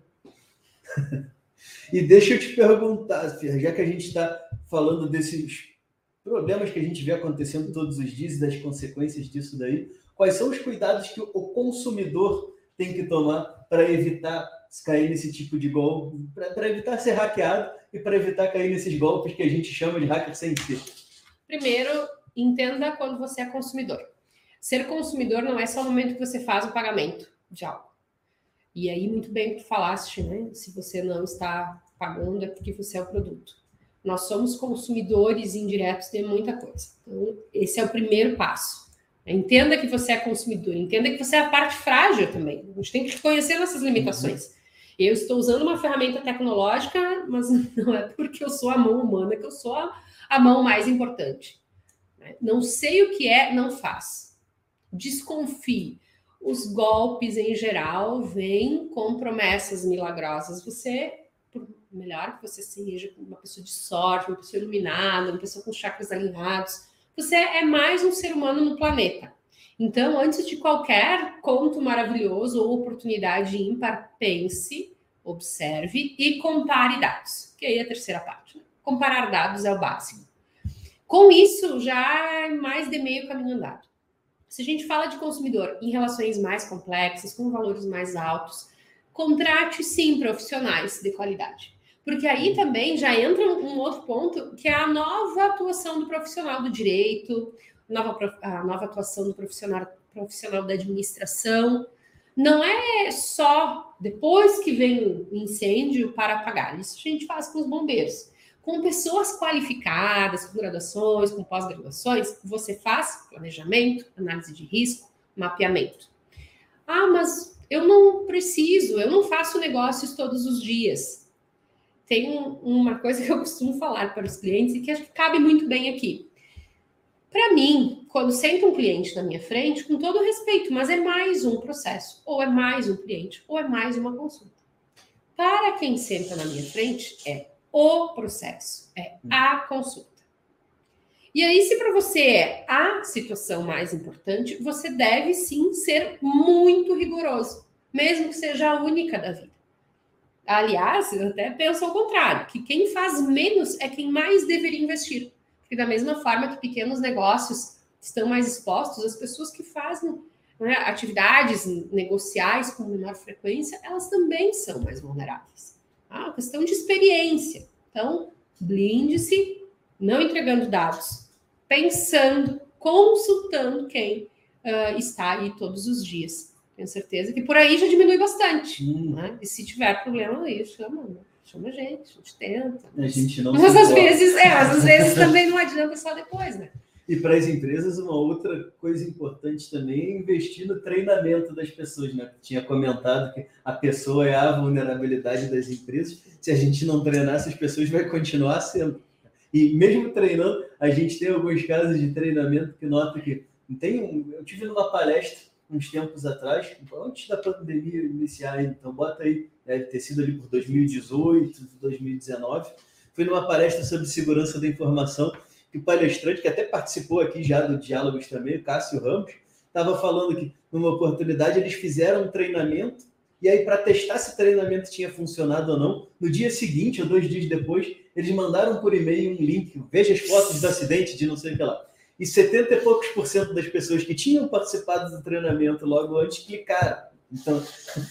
E deixa eu te perguntar, já que a gente está falando desses problemas que a gente vê acontecendo todos os dias e das consequências disso daí, quais são os cuidados que o consumidor tem que tomar para evitar cair nesse tipo de golpe, para evitar ser hackeado e para evitar cair nesses golpes que a gente chama de hacker sem ser? Primeiro, entenda quando você é consumidor. Ser consumidor não é só o momento que você faz o pagamento de algo. E aí, muito bem que tu falaste, né? Se você não está pagando, é porque você é o produto. Nós somos consumidores indiretos de muita coisa. Então, esse é o primeiro passo. Entenda que você é consumidor, entenda que você é a parte frágil também. A gente tem que conhecer nossas limitações. Eu estou usando uma ferramenta tecnológica, mas não é porque eu sou a mão humana que eu sou a, a mão mais importante. Não sei o que é, não faz. Desconfie. Os golpes, em geral, vêm com promessas milagrosas. Você... por melhor que você seja uma pessoa de sorte, uma pessoa iluminada, uma pessoa com chakras alinhados, você é mais um ser humano no planeta. Então, antes de qualquer conto maravilhoso ou oportunidade ímpar, pense, observe e compare dados, que aí é a terceira parte. Né? Comparar dados é o básico. Com isso, já é mais de meio caminho andado. Se a gente fala de consumidor em relações mais complexas, com valores mais altos, contrate sim profissionais de qualidade. Porque aí também já entra um outro ponto, que é a nova atuação do profissional do direito, nova, a nova atuação do profissional, profissional da administração. Não é só depois que vem o incêndio para apagar. Isso a gente faz com os bombeiros. Com pessoas qualificadas, com graduações, com pós-graduações, você faz planejamento, análise de risco, mapeamento. Ah, mas eu não preciso, eu não faço negócios todos os dias. Tem uma coisa que eu costumo falar para os clientes e que acho que cabe muito bem aqui. Para mim, quando senta um cliente na minha frente, com todo respeito, mas é mais um processo, ou é mais um cliente, ou é mais uma consulta. Para quem senta na minha frente, é o processo, é a consulta. E aí, se para você é a situação mais importante, você deve sim ser muito rigoroso, mesmo que seja a única da vida. Aliás, eu até penso ao contrário, que quem faz menos é quem mais deveria investir. Porque da mesma forma que pequenos negócios estão mais expostos, as pessoas que fazem, né, atividades negociais com menor frequência, elas também são mais vulneráveis. É uma questão de experiência. Então, blinde-se, não entregando dados, pensando, consultando quem uh, está aí todos os dias. Tenho certeza que por aí já diminui bastante. Hum. Né? E se tiver problema aí, chama, né? Chama a gente, a gente tenta. A gente não mas às vezes, é, mas às vezes também não adianta só depois, né? E para as empresas, uma outra coisa importante também é investir no treinamento das pessoas, né? Tinha comentado que a pessoa é a vulnerabilidade das empresas. Se a gente não treinar, essas pessoas vai continuar sendo. E mesmo treinando, a gente tem alguns casos de treinamento que nota que tem um, eu tive numa palestra uns tempos atrás, antes da pandemia iniciar, então bota aí, deve ter sido ali por dois mil e dezoito, dois mil e dezenove, fui numa palestra sobre segurança da informação, que o palestrante, que até participou aqui já do Diálogos também, o Cássio Ramos, estava falando que numa oportunidade eles fizeram um treinamento, e aí para testar se o treinamento tinha funcionado ou não, no dia seguinte, ou dois dias depois, eles mandaram por e-mail um link, veja as fotos do acidente de não sei o que lá. E setenta e poucos por cento das pessoas que tinham participado do treinamento logo antes clicaram. Então,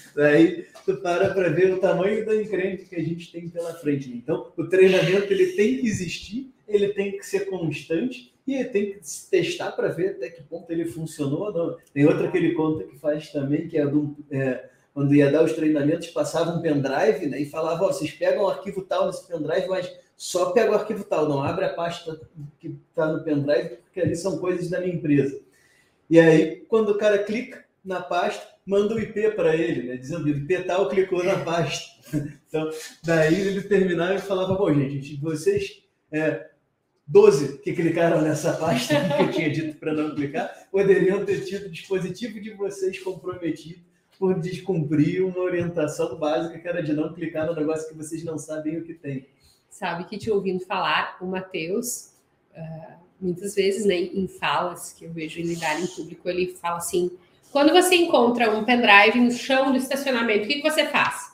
aí tu para para ver o tamanho da encrenca que a gente tem pela frente. Então, o treinamento ele tem que existir, ele tem que ser constante e ele tem que se testar para ver até que ponto ele funcionou ou não. Tem outra que ele conta que faz também, que é, do, é quando ia dar os treinamentos, passava um pendrive, né, e falava, ó, vocês pegam o arquivo tal nesse pendrive, mas só pega o arquivo tal, não abre a pasta que está no pendrive, porque ali são coisas da minha empresa. E aí, quando o cara clica na pasta, manda o I P para ele, né, dizendo que o I P tal clicou na pasta. Então, daí ele terminava e falava, bom, gente, vocês, é, doze que clicaram nessa pasta que eu tinha dito para não clicar, poderiam ter tido o dispositivo de vocês comprometido por descumprir uma orientação básica que era de não clicar no negócio que vocês não sabem o que tem. Sabe que te ouvindo falar, o Matheus, uh, muitas vezes, né, em falas que eu vejo ele dar em público, ele fala assim, quando você encontra um pendrive no chão do estacionamento, o que, que você faz?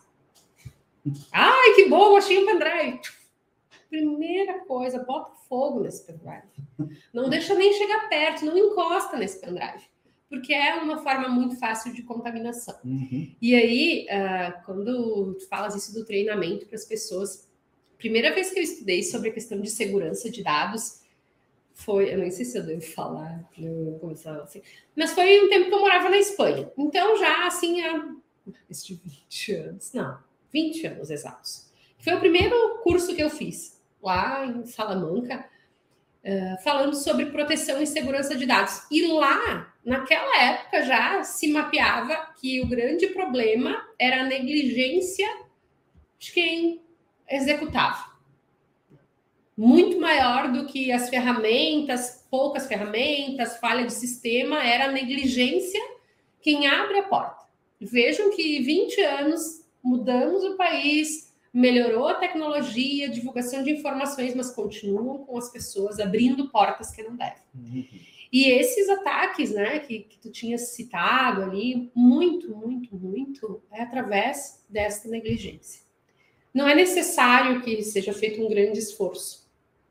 Ai, que bom, achei um pendrive. Primeira coisa, bota fogo nesse pendrive. Não deixa nem chegar perto, não encosta nesse pendrive. Porque é uma forma muito fácil de contaminação. Uhum. E aí, uh, quando tu falas isso do treinamento para as pessoas, primeira vez que eu estudei sobre a questão de segurança de dados, foi, eu nem sei se eu devo falar, eu começar assim, mas foi um tempo que eu morava na Espanha. Então, já assim, há vinte anos, não, vinte anos exatos. Foi o primeiro curso que eu fiz lá em Salamanca, uh, falando sobre proteção e segurança de dados. E lá, naquela época, já se mapeava que o grande problema era a negligência de quem executava. Muito maior do que as ferramentas, poucas ferramentas, falha de sistema, era a negligência quem abre a porta. Vejam que vinte anos mudamos o país, melhorou a tecnologia, divulgação de informações, mas continuam com as pessoas abrindo portas que não devem. Uhum. E esses ataques, né, que, que tu tinha citado ali, muito, muito, muito, é através desta negligência. Não é necessário que seja feito um grande esforço.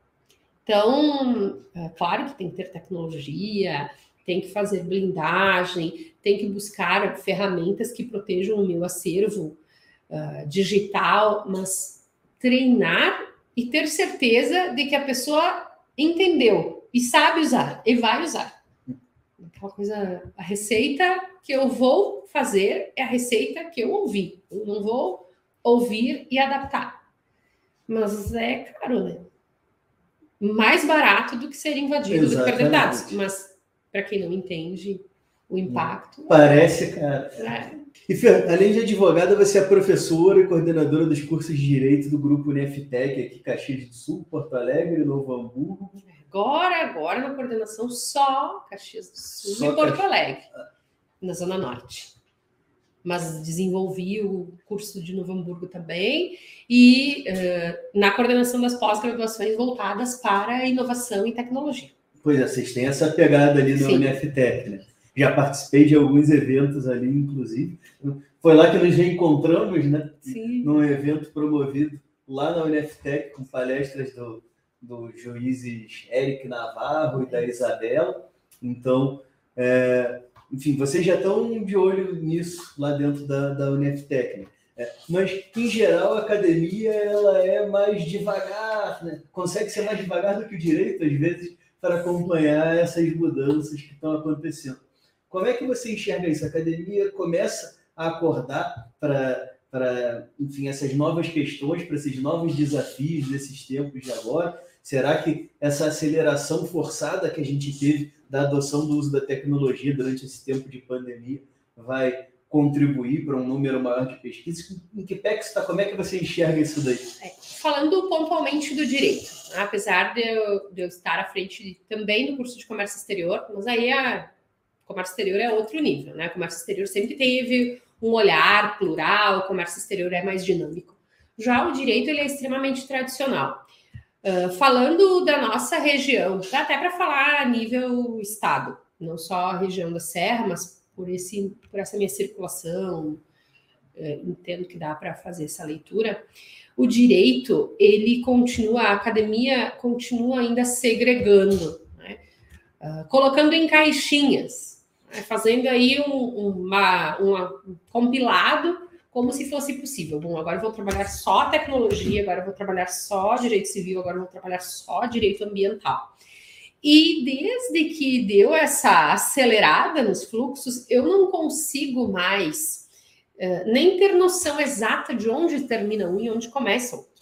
Então, é claro que tem que ter tecnologia, tem que fazer blindagem, tem que buscar ferramentas que protejam o meu acervo uh, digital, mas treinar e ter certeza de que a pessoa entendeu e sabe usar e vai usar. Aquela coisa, a receita que eu vou fazer é a receita que eu ouvi. Eu não vou ouvir e adaptar. Mas é caro, né? Mais barato do que ser invadido, do que perder dados. Mas, para quem não entende o impacto... Parece, cara. É. E, Fer, além de advogada, você é professora e coordenadora dos cursos de Direito do Grupo Uneftec, aqui Caxias do Sul, Porto Alegre, Novo Hamburgo. Agora, agora na coordenação só Caxias do Sul só e Porto Caxi... Alegre, na Zona Norte. Mas desenvolvi o curso de Novo Hamburgo também e uh, na coordenação das pós-graduações voltadas para inovação e tecnologia. Pois é, vocês têm essa pegada ali no Uneftec, né? Já participei de alguns eventos ali, inclusive. Foi lá que nos reencontramos, né? Sim. Num evento promovido lá na Uneftec, com palestras do, do juízes Eric Navarro e da Isabela. Então, é, enfim, vocês já estão de olho nisso lá dentro da, da Uneftec, né? É, mas, em geral, a academia ela é mais devagar, né? Consegue ser mais devagar do que o direito, às vezes, para acompanhar essas mudanças que estão acontecendo. Como é que você enxerga isso? A academia começa a acordar para, para enfim, essas novas questões, para esses novos desafios desses tempos de agora? Será que essa aceleração forçada que a gente teve da adoção do uso da tecnologia durante esse tempo de pandemia vai contribuir para um número maior de pesquisas? Em que pé que está? Como é que você enxerga isso daí? É, falando pontualmente do direito, apesar de eu, de eu estar à frente também do curso de comércio exterior, mas aí a comércio exterior é outro nível, né? O comércio exterior sempre teve um olhar plural, o comércio exterior é mais dinâmico. Já o direito, ele é extremamente tradicional. Uh, falando da nossa região, até para falar a nível estado, não só a região da Serra, mas por, esse, por essa minha circulação, uh, entendo que dá para fazer essa leitura. O direito, ele continua, a academia continua ainda segregando, né? uh, colocando em caixinhas, né? Fazendo aí um, uma, uma, um compilado como se fosse possível. Bom, agora eu vou trabalhar só tecnologia, agora eu vou trabalhar só direito civil, agora eu vou trabalhar só direito ambiental. E desde que deu essa acelerada nos fluxos, eu não consigo mais uh, nem ter noção exata de onde termina um e onde começa outro.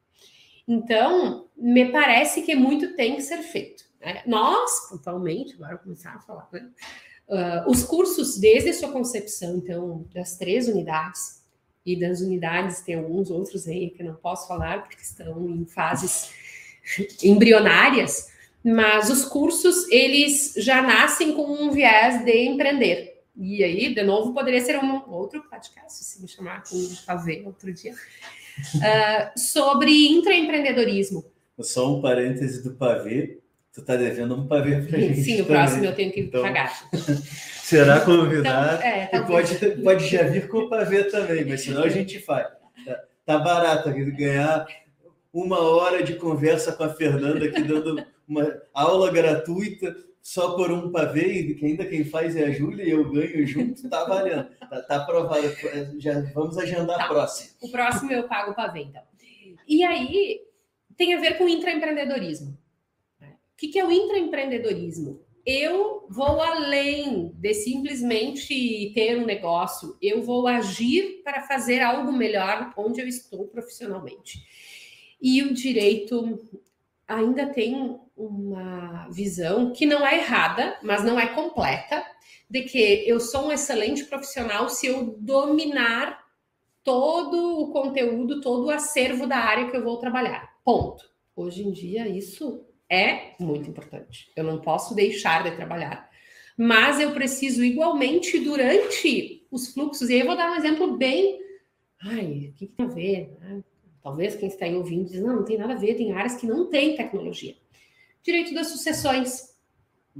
Então, me parece que muito tem que ser feito, né? Nós, pontualmente, agora vou começar a falar, né? Uh, os cursos, desde a sua concepção, então, das três unidades, e das unidades tem alguns outros aí que eu não posso falar, porque estão em fases embrionárias, mas os cursos, eles já nascem com um viés de empreender. E aí, de novo, poderia ser um outro podcast, se me chamar para ver outro dia, uh, sobre intraempreendedorismo. Só um parêntese do pavê. Tu tá devendo um pavê pra gente. Sim, o também. próximo eu tenho que então, pagar. Será convidado. Então, é, e pode, pode já vir com o pavê também, mas senão a gente faz. Tá, tá barato ganhar uma hora de conversa com a Fernanda aqui, dando uma aula gratuita só por um pavê, e que ainda quem faz é a Júlia e eu ganho junto, tá valendo. Tá, tá aprovado. Já vamos agendar tá. a próxima. O próximo eu pago o pavê, então. E aí, tem a ver com intraempreendedorismo. O que é o intraempreendedorismo? Eu vou além de simplesmente ter um negócio, eu vou agir para fazer algo melhor onde eu estou profissionalmente. E o direito ainda tem uma visão que não é errada, mas não é completa, de que eu sou um excelente profissional se eu dominar todo o conteúdo, todo o acervo da área que eu vou trabalhar. Ponto. Hoje em dia, isso é muito importante. Eu não posso deixar de trabalhar. Mas eu preciso igualmente durante os fluxos, e aí eu vou dar um exemplo bem... Ai, o que, que tem a ver? Né? Talvez quem está aí ouvindo diz, não, não tem nada a ver, tem áreas que não tem tecnologia. Direito das sucessões.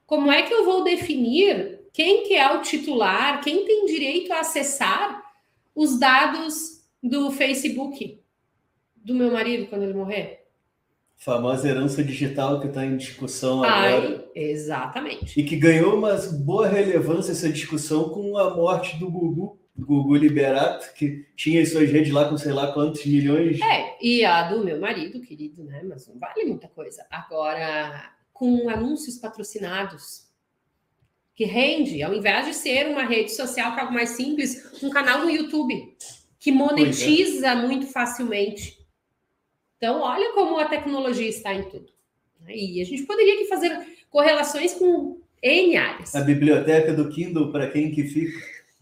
Como é que eu vou definir quem que é o titular, quem tem direito a acessar os dados do Facebook do meu marido quando ele morrer? Famosa herança digital que está em discussão agora. Ai, exatamente. E que ganhou uma boa relevância essa discussão com a morte do Gugu, do Gugu Liberato, que tinha as suas redes lá com sei lá quantos milhões. É, e a do meu marido, querido, né? Mas não vale muita coisa. Agora, com anúncios patrocinados, que rende, ao invés de ser uma rede social, que é algo mais simples, um canal no YouTube, que monetiza é. muito facilmente. Então, olha como a tecnologia está em tudo. E a gente poderia aqui fazer correlações com N áreas. A biblioteca do Kindle, para quem que fica.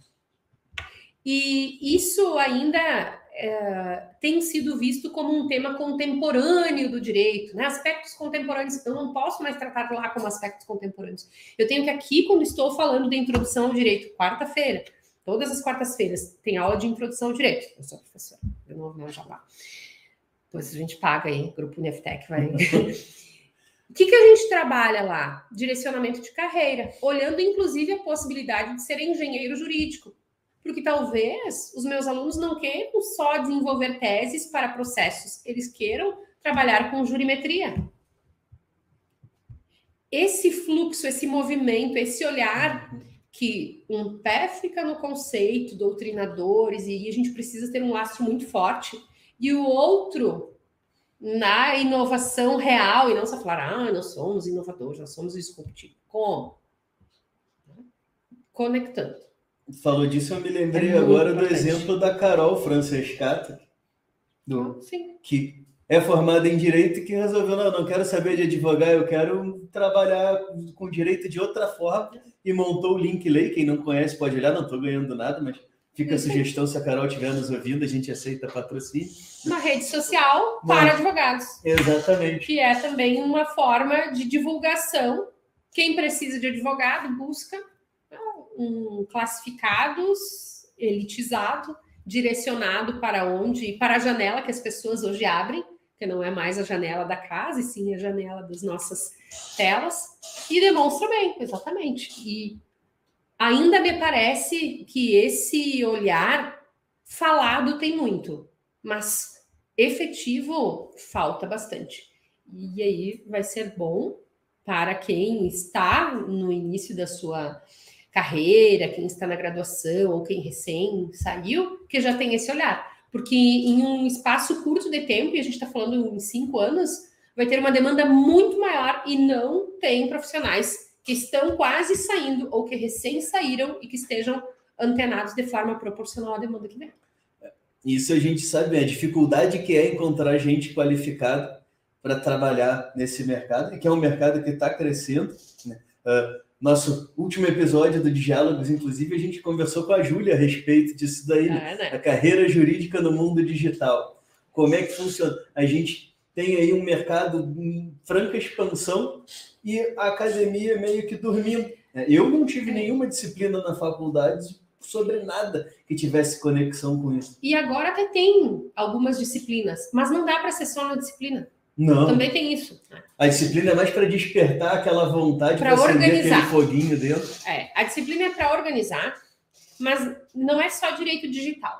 E isso ainda é, tem sido visto como um tema contemporâneo do direito, né? Aspectos contemporâneos. Eu não posso mais tratar lá como aspectos contemporâneos. Eu tenho que aqui, quando estou falando de introdução ao direito, quarta-feira, todas as quartas-feiras, tem aula de introdução ao direito. Eu sou professora, de novo, não, já lá. Depois a gente paga aí, grupo Uneftec vai... O que, que a gente trabalha lá? Direcionamento de carreira, olhando inclusive a possibilidade de ser engenheiro jurídico, porque talvez os meus alunos não queiram só desenvolver teses para processos, eles queiram trabalhar com jurimetria. Esse fluxo, esse movimento, esse olhar que um pé fica no conceito, doutrinadores, e a gente precisa ter um laço muito forte, e o outro na inovação real, e não só falar, ah, nós somos inovadores, nós somos disruptivos. Como? Conectando. Falou disso, eu me lembrei é agora do exemplo da Carol Francescato, do, Sim. que é formada em Direito e que resolveu, não, não quero saber de advogar, eu quero trabalhar com direito de outra forma, e montou o Linkley. Quem não conhece pode olhar, não estou ganhando nada, mas fica a sugestão, se a Carol estiver nos ouvindo, a gente aceita patrocínio. Uma rede social para Mas, advogados. Exatamente. Que é também uma forma de divulgação. Quem precisa de advogado busca um classificados, elitizado, direcionado para onde, para a janela que as pessoas hoje abrem, que não é mais a janela da casa, e sim a janela das nossas telas, e demonstra bem, exatamente. E ainda me parece que esse olhar falado tem muito, mas efetivo falta bastante. E aí vai ser bom para quem está no início da sua carreira, quem está na graduação ou quem recém saiu, que já tem esse olhar. Porque em um espaço curto de tempo, e a gente está falando em cinco anos, vai ter uma demanda muito maior e não tem profissionais que estão quase saindo ou que recém saíram e que estejam antenados de forma proporcional à demanda que vem. Isso a gente sabe, a dificuldade que é encontrar gente qualificada para trabalhar nesse mercado, e que é um mercado que está crescendo, né? Uh, nosso último episódio do Diálogos, inclusive, a gente conversou com a Júlia a respeito disso daí, é, né? A carreira jurídica no mundo digital. Como é que funciona? A gente tem aí um mercado em franca expansão e a academia meio que dormindo. Eu não tive nenhuma disciplina na faculdade sobre nada que tivesse conexão com isso. E agora até tem algumas disciplinas, mas não dá para ser só na disciplina. Não. Também tem isso. A disciplina é mais para despertar aquela vontade para acender aquele foguinho dentro. É, a disciplina é para organizar, mas não é só direito digital.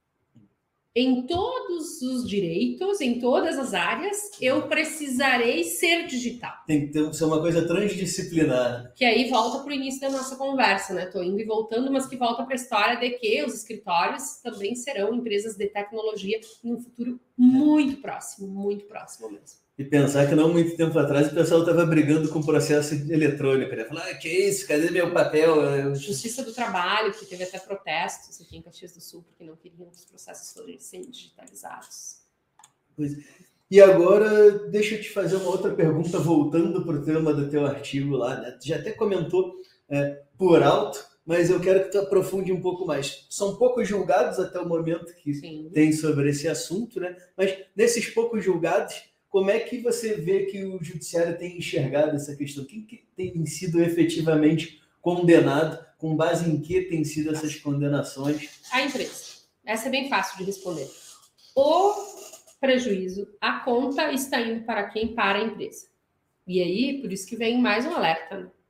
Em todos os direitos, em todas as áreas, eu precisarei ser digital. Tem que ser uma coisa transdisciplinar. Que aí volta para o início da nossa conversa, né? Estou indo e voltando, mas que volta para a história de que os escritórios também serão empresas de tecnologia em um futuro muito próximo, muito próximo mesmo. E pensar que não muito tempo atrás o pessoal estava brigando com o processo eletrônico. Ele falou, ah, que isso? Cadê meu papel? Justiça do Trabalho, que teve até protestos aqui em Caxias do Sul, porque não queriam que os processos fossem digitalizados. Pois. E agora, deixa eu te fazer uma outra pergunta, voltando para o tema do teu artigo lá, né? Tu já até comentou é, por alto, mas eu quero que tu aprofunde um pouco mais. São poucos julgados até o momento que Sim. tem sobre esse assunto, né? Mas nesses poucos julgados, como é que você vê que o judiciário tem enxergado essa questão? Quem que tem sido efetivamente condenado? Com base em que tem sido essas condenações? A empresa. Essa é bem fácil de responder. O prejuízo, a conta está indo para quem? Para a empresa. E aí, por isso que vem mais um alerta, né?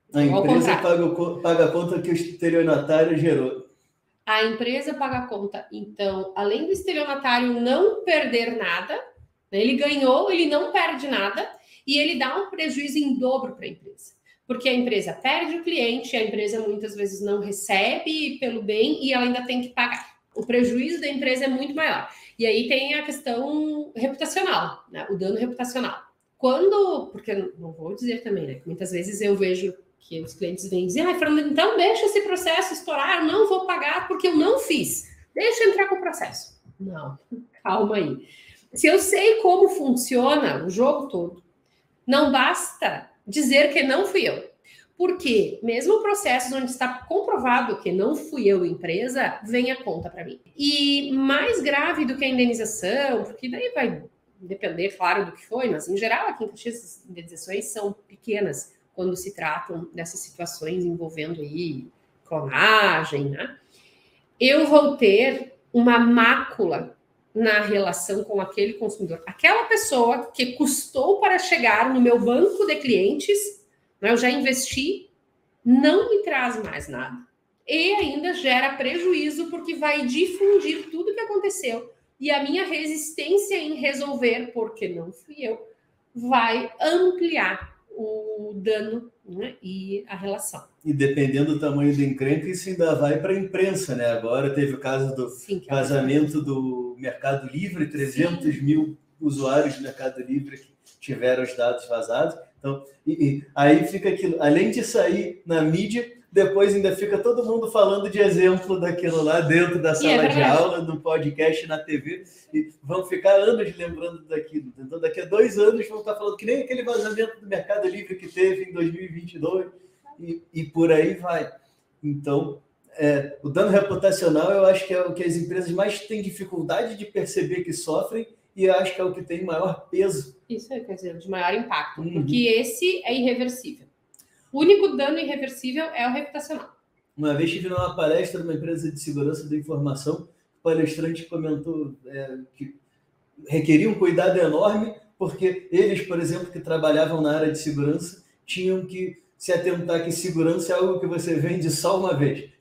A empresa paga, paga a conta que o estelionatário gerou. A empresa paga a conta. Então, além do estelionatário não perder nada, né, ele ganhou, ele não perde nada, e ele dá um prejuízo em dobro para a empresa. Porque a empresa perde o cliente, a empresa muitas vezes não recebe pelo bem e ela ainda tem que pagar. O prejuízo da empresa é muito maior. E aí tem a questão reputacional, né? O dano reputacional. Quando, porque não vou dizer também, né? Muitas vezes eu vejo que os clientes vêm dizer, ah, Fernanda, então deixa esse processo estourar, eu não vou pagar porque eu não fiz. Deixa eu entrar com o processo. Não, calma aí. Se eu sei como funciona o jogo todo, não basta dizer que não fui eu. Porque mesmo processos onde está comprovado que não fui eu, empresa, vem a conta para mim. E mais grave do que a indenização, porque daí vai depender, claro, do que foi, mas em geral aqui em Caxias as indenizações são pequenas quando se tratam dessas situações envolvendo aí clonagem, né? Eu vou ter uma mácula na relação com aquele consumidor. Aquela pessoa que custou para chegar no meu banco de clientes, né, eu já investi, não me traz mais nada. E ainda gera prejuízo porque vai difundir tudo o que aconteceu. E a minha resistência em resolver, porque não fui eu, vai ampliar o dano, né, e a relação. E dependendo do tamanho da encrenca, isso ainda vai para a imprensa, né? Agora teve o caso do Sim, vazamento do Mercado Livre, trezentos Sim. mil usuários do Mercado Livre que tiveram os dados vazados. Então, e, e, aí fica aquilo, além de sair na mídia, depois ainda fica todo mundo falando de exemplo daquilo lá dentro da sala é de aula, no podcast, na T V, e vão ficar anos lembrando daquilo. Então, daqui a dois anos vão estar falando que nem aquele vazamento do Mercado Livre que teve em dois mil e vinte e dois, e, e por aí vai. Então, é, o dano reputacional eu acho que é o que as empresas mais têm dificuldade de perceber que sofrem, e eu acho que é o que tem maior peso. Isso é, quer dizer, de maior impacto, uhum. porque esse é irreversível. O único dano irreversível é o reputacional. Uma vez estive numa palestra numa empresa de segurança da informação, o palestrante comentou é, que requeria um cuidado enorme, porque eles, por exemplo, que trabalhavam na área de segurança, tinham que se atentar que segurança é algo que você vende só uma vez.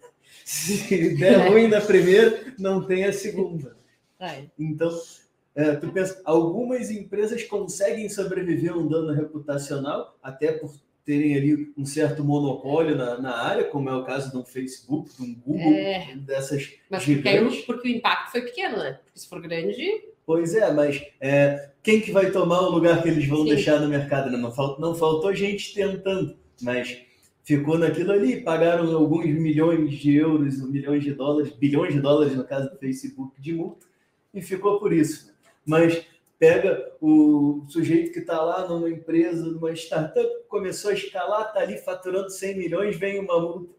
Se der ruim na primeira, não tem a segunda. É. Então, é, tu pensa, algumas empresas conseguem sobreviver a um dano reputacional, até por terem ali um certo monopólio na, na área, como é o caso de um Facebook, de um Google, é, dessas mas gigantes. Porque o impacto foi pequeno, né? Porque se for grande... Pois é, mas é, quem que vai tomar o lugar que eles vão Sim. deixar no mercado? Não faltou, não faltou gente tentando, mas ficou naquilo ali, pagaram alguns milhões de euros, milhões de dólares, bilhões de dólares no caso do Facebook de multa, e ficou por isso. Mas pega o sujeito que está lá numa empresa, numa startup, começou a escalar, está ali faturando cem milhões, vem uma multa.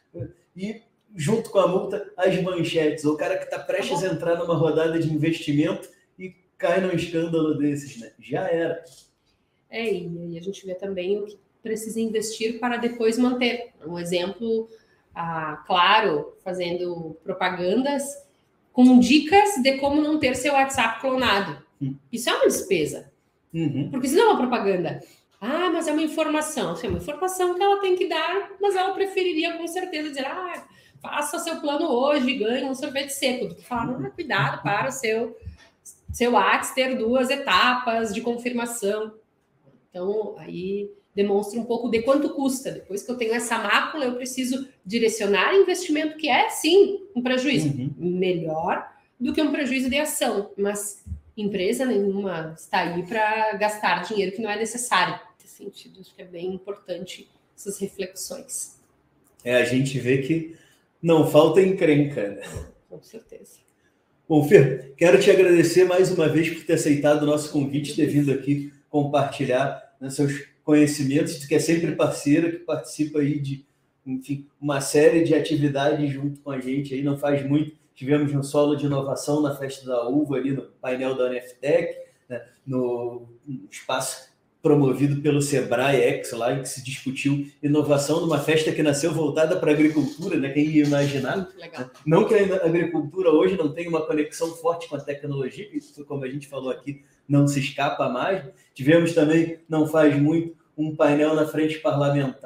E junto com a multa, as manchetes. O cara que está prestes a entrar numa rodada de investimento e cai num escândalo desses, né? Já era. É, e a gente vê também o que precisa investir para depois manter. Um exemplo, ah, claro, fazendo propagandas com dicas de como não ter seu WhatsApp clonado. Isso é uma despesa. Uhum. Porque isso não é uma propaganda. Ah, mas é uma informação. Assim, é uma informação que ela tem que dar, mas ela preferiria com certeza dizer, ah, faça seu plano hoje e ganhe um sorvete seco. Do que falar, ah, cuidado para o seu, seu WhatsApp ter duas etapas de confirmação. Então, aí demonstra um pouco de quanto custa. Depois que eu tenho essa mácula, eu preciso direcionar investimento, que é, sim, um prejuízo. Uhum. Melhor do que um prejuízo de ação, mas empresa nenhuma está aí para gastar dinheiro que não é necessário. Nesse sentido, acho que é bem importante essas reflexões. É, a gente vê que não falta encrenca, né? Com certeza. Bom, Fer, quero te agradecer mais uma vez por ter aceitado o nosso convite, ter vindo aqui compartilhar, né, seus conhecimentos, tu que é sempre parceira, que participa aí de, enfim, uma série de atividades junto com a gente aí, não faz muito. Tivemos no Solo de Inovação na Festa da Uva, ali no painel da Uneftec, né, no espaço promovido pelo Sebrae X, lá em que se discutiu inovação numa festa que nasceu voltada para a agricultura, né? Quem ia imaginar? Muito legal. Não que a agricultura hoje não tenha uma conexão forte com a tecnologia, isso, como a gente falou aqui, não se escapa mais. Tivemos também, não faz muito, um painel na frente parlamentar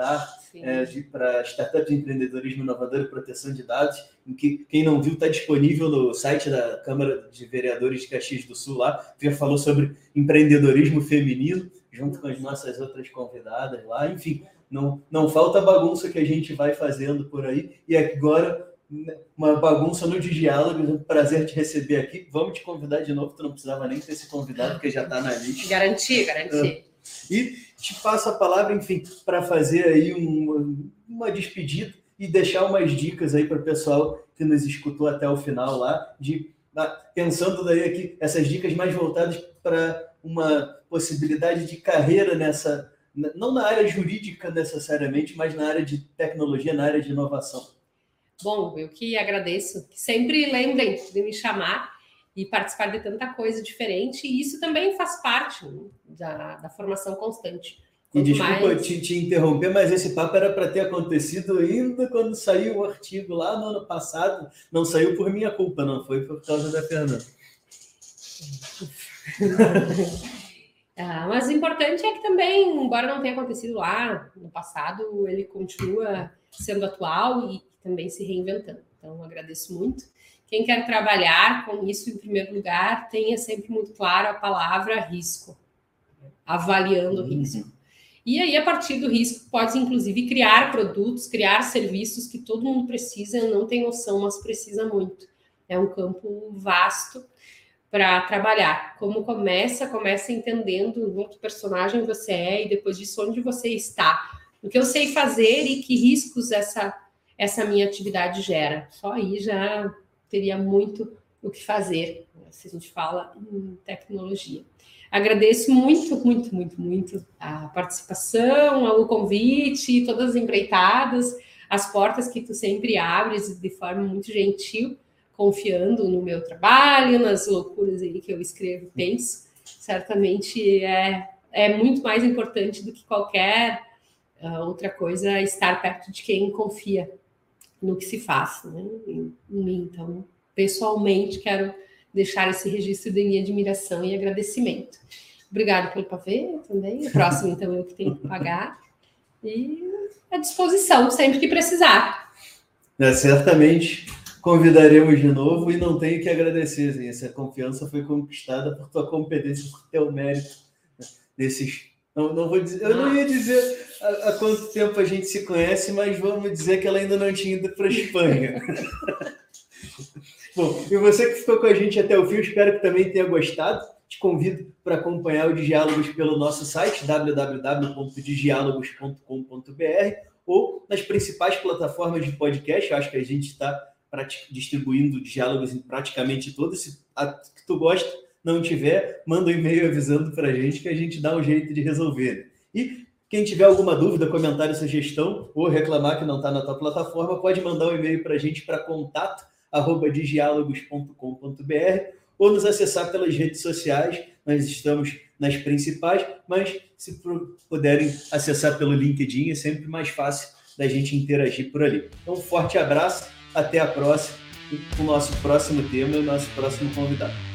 é, para startups de empreendedorismo inovador e proteção de dados, em que quem não viu está disponível no site da Câmara de Vereadores de Caxias do Sul lá, já falou sobre empreendedorismo feminino, junto com as nossas outras convidadas lá, enfim, não, não falta bagunça que a gente vai fazendo por aí, e agora uma bagunça no Digiálogos, um prazer te receber aqui, vamos te convidar de novo, tu não precisava nem ter se convidado, porque já está na lista. Garantir, garantir. E te passo a palavra, enfim, para fazer aí uma, uma despedida e deixar umas dicas aí para o pessoal que nos escutou até o final lá, de, pensando daí aqui, essas dicas mais voltadas para uma possibilidade de carreira nessa, não na área jurídica necessariamente, mas na área de tecnologia, na área de inovação. Bom, eu que agradeço, que sempre lembrem de me chamar e participar de tanta coisa diferente, e isso também faz parte, né, da, da formação constante. Quanto e desculpa mais... te, te interromper, mas esse papo era para ter acontecido ainda quando saiu o artigo lá no ano passado, não saiu por minha culpa, não foi por causa da Fernanda. Ah, mas o importante é que também, embora não tenha acontecido lá no passado, ele continua sendo atual e também se reinventando. Então, agradeço muito. Quem quer trabalhar com isso, em primeiro lugar, tenha sempre muito claro a palavra risco, avaliando o uhum. risco. E aí, a partir do risco, pode, inclusive, criar produtos, criar serviços que todo mundo precisa, não tem noção, mas precisa muito. É um campo vasto para trabalhar. Como começa? Começa entendendo que personagem você é e, depois disso, onde você está. O que eu sei fazer e que riscos essa, essa minha atividade gera. Só aí já teria muito o que fazer, se a gente fala em tecnologia. Agradeço muito, muito, muito, muito a participação, o convite, todas as empreitadas, as portas que tu sempre abres de forma muito gentil, confiando no meu trabalho, nas loucuras aí que eu escrevo e penso. Certamente é, é muito mais importante do que qualquer uh, outra coisa estar perto de quem confia no que se faz, né, em, em mim. Então, pessoalmente, quero deixar esse registro de minha admiração e agradecimento. Obrigada pelo pavê também. O próximo, então, eu que tenho que pagar. E à disposição, sempre que precisar. É, certamente convidaremos de novo e não tenho que agradecer. Assim, essa confiança foi conquistada por tua competência, por teu mérito. Desses, não, não vou dizer, eu não ia dizer há, há quanto tempo a gente se conhece, mas vamos dizer que ela ainda não tinha ido para a Espanha. Bom, e você que ficou com a gente até o fim, espero que também tenha gostado. Te convido para acompanhar o Digiálogos pelo nosso site, w w w ponto digiálogos ponto com ponto b r, ou nas principais plataformas de podcast. Eu acho que a gente está distribuindo Diálogos em praticamente todas. Se a que tu gosta não tiver, manda um e-mail avisando para a gente que a gente dá um jeito de resolver. E quem tiver alguma dúvida, comentário, sugestão, ou reclamar que não está na tua plataforma, pode mandar um e-mail para a gente para contato arroba digiálogos ponto com ponto b r, ou nos acessar pelas redes sociais. Nós estamos nas principais, mas se puderem acessar pelo LinkedIn, é sempre mais fácil da gente interagir por ali. Então, um forte abraço, até a próxima, com o nosso próximo tema e o nosso próximo convidado.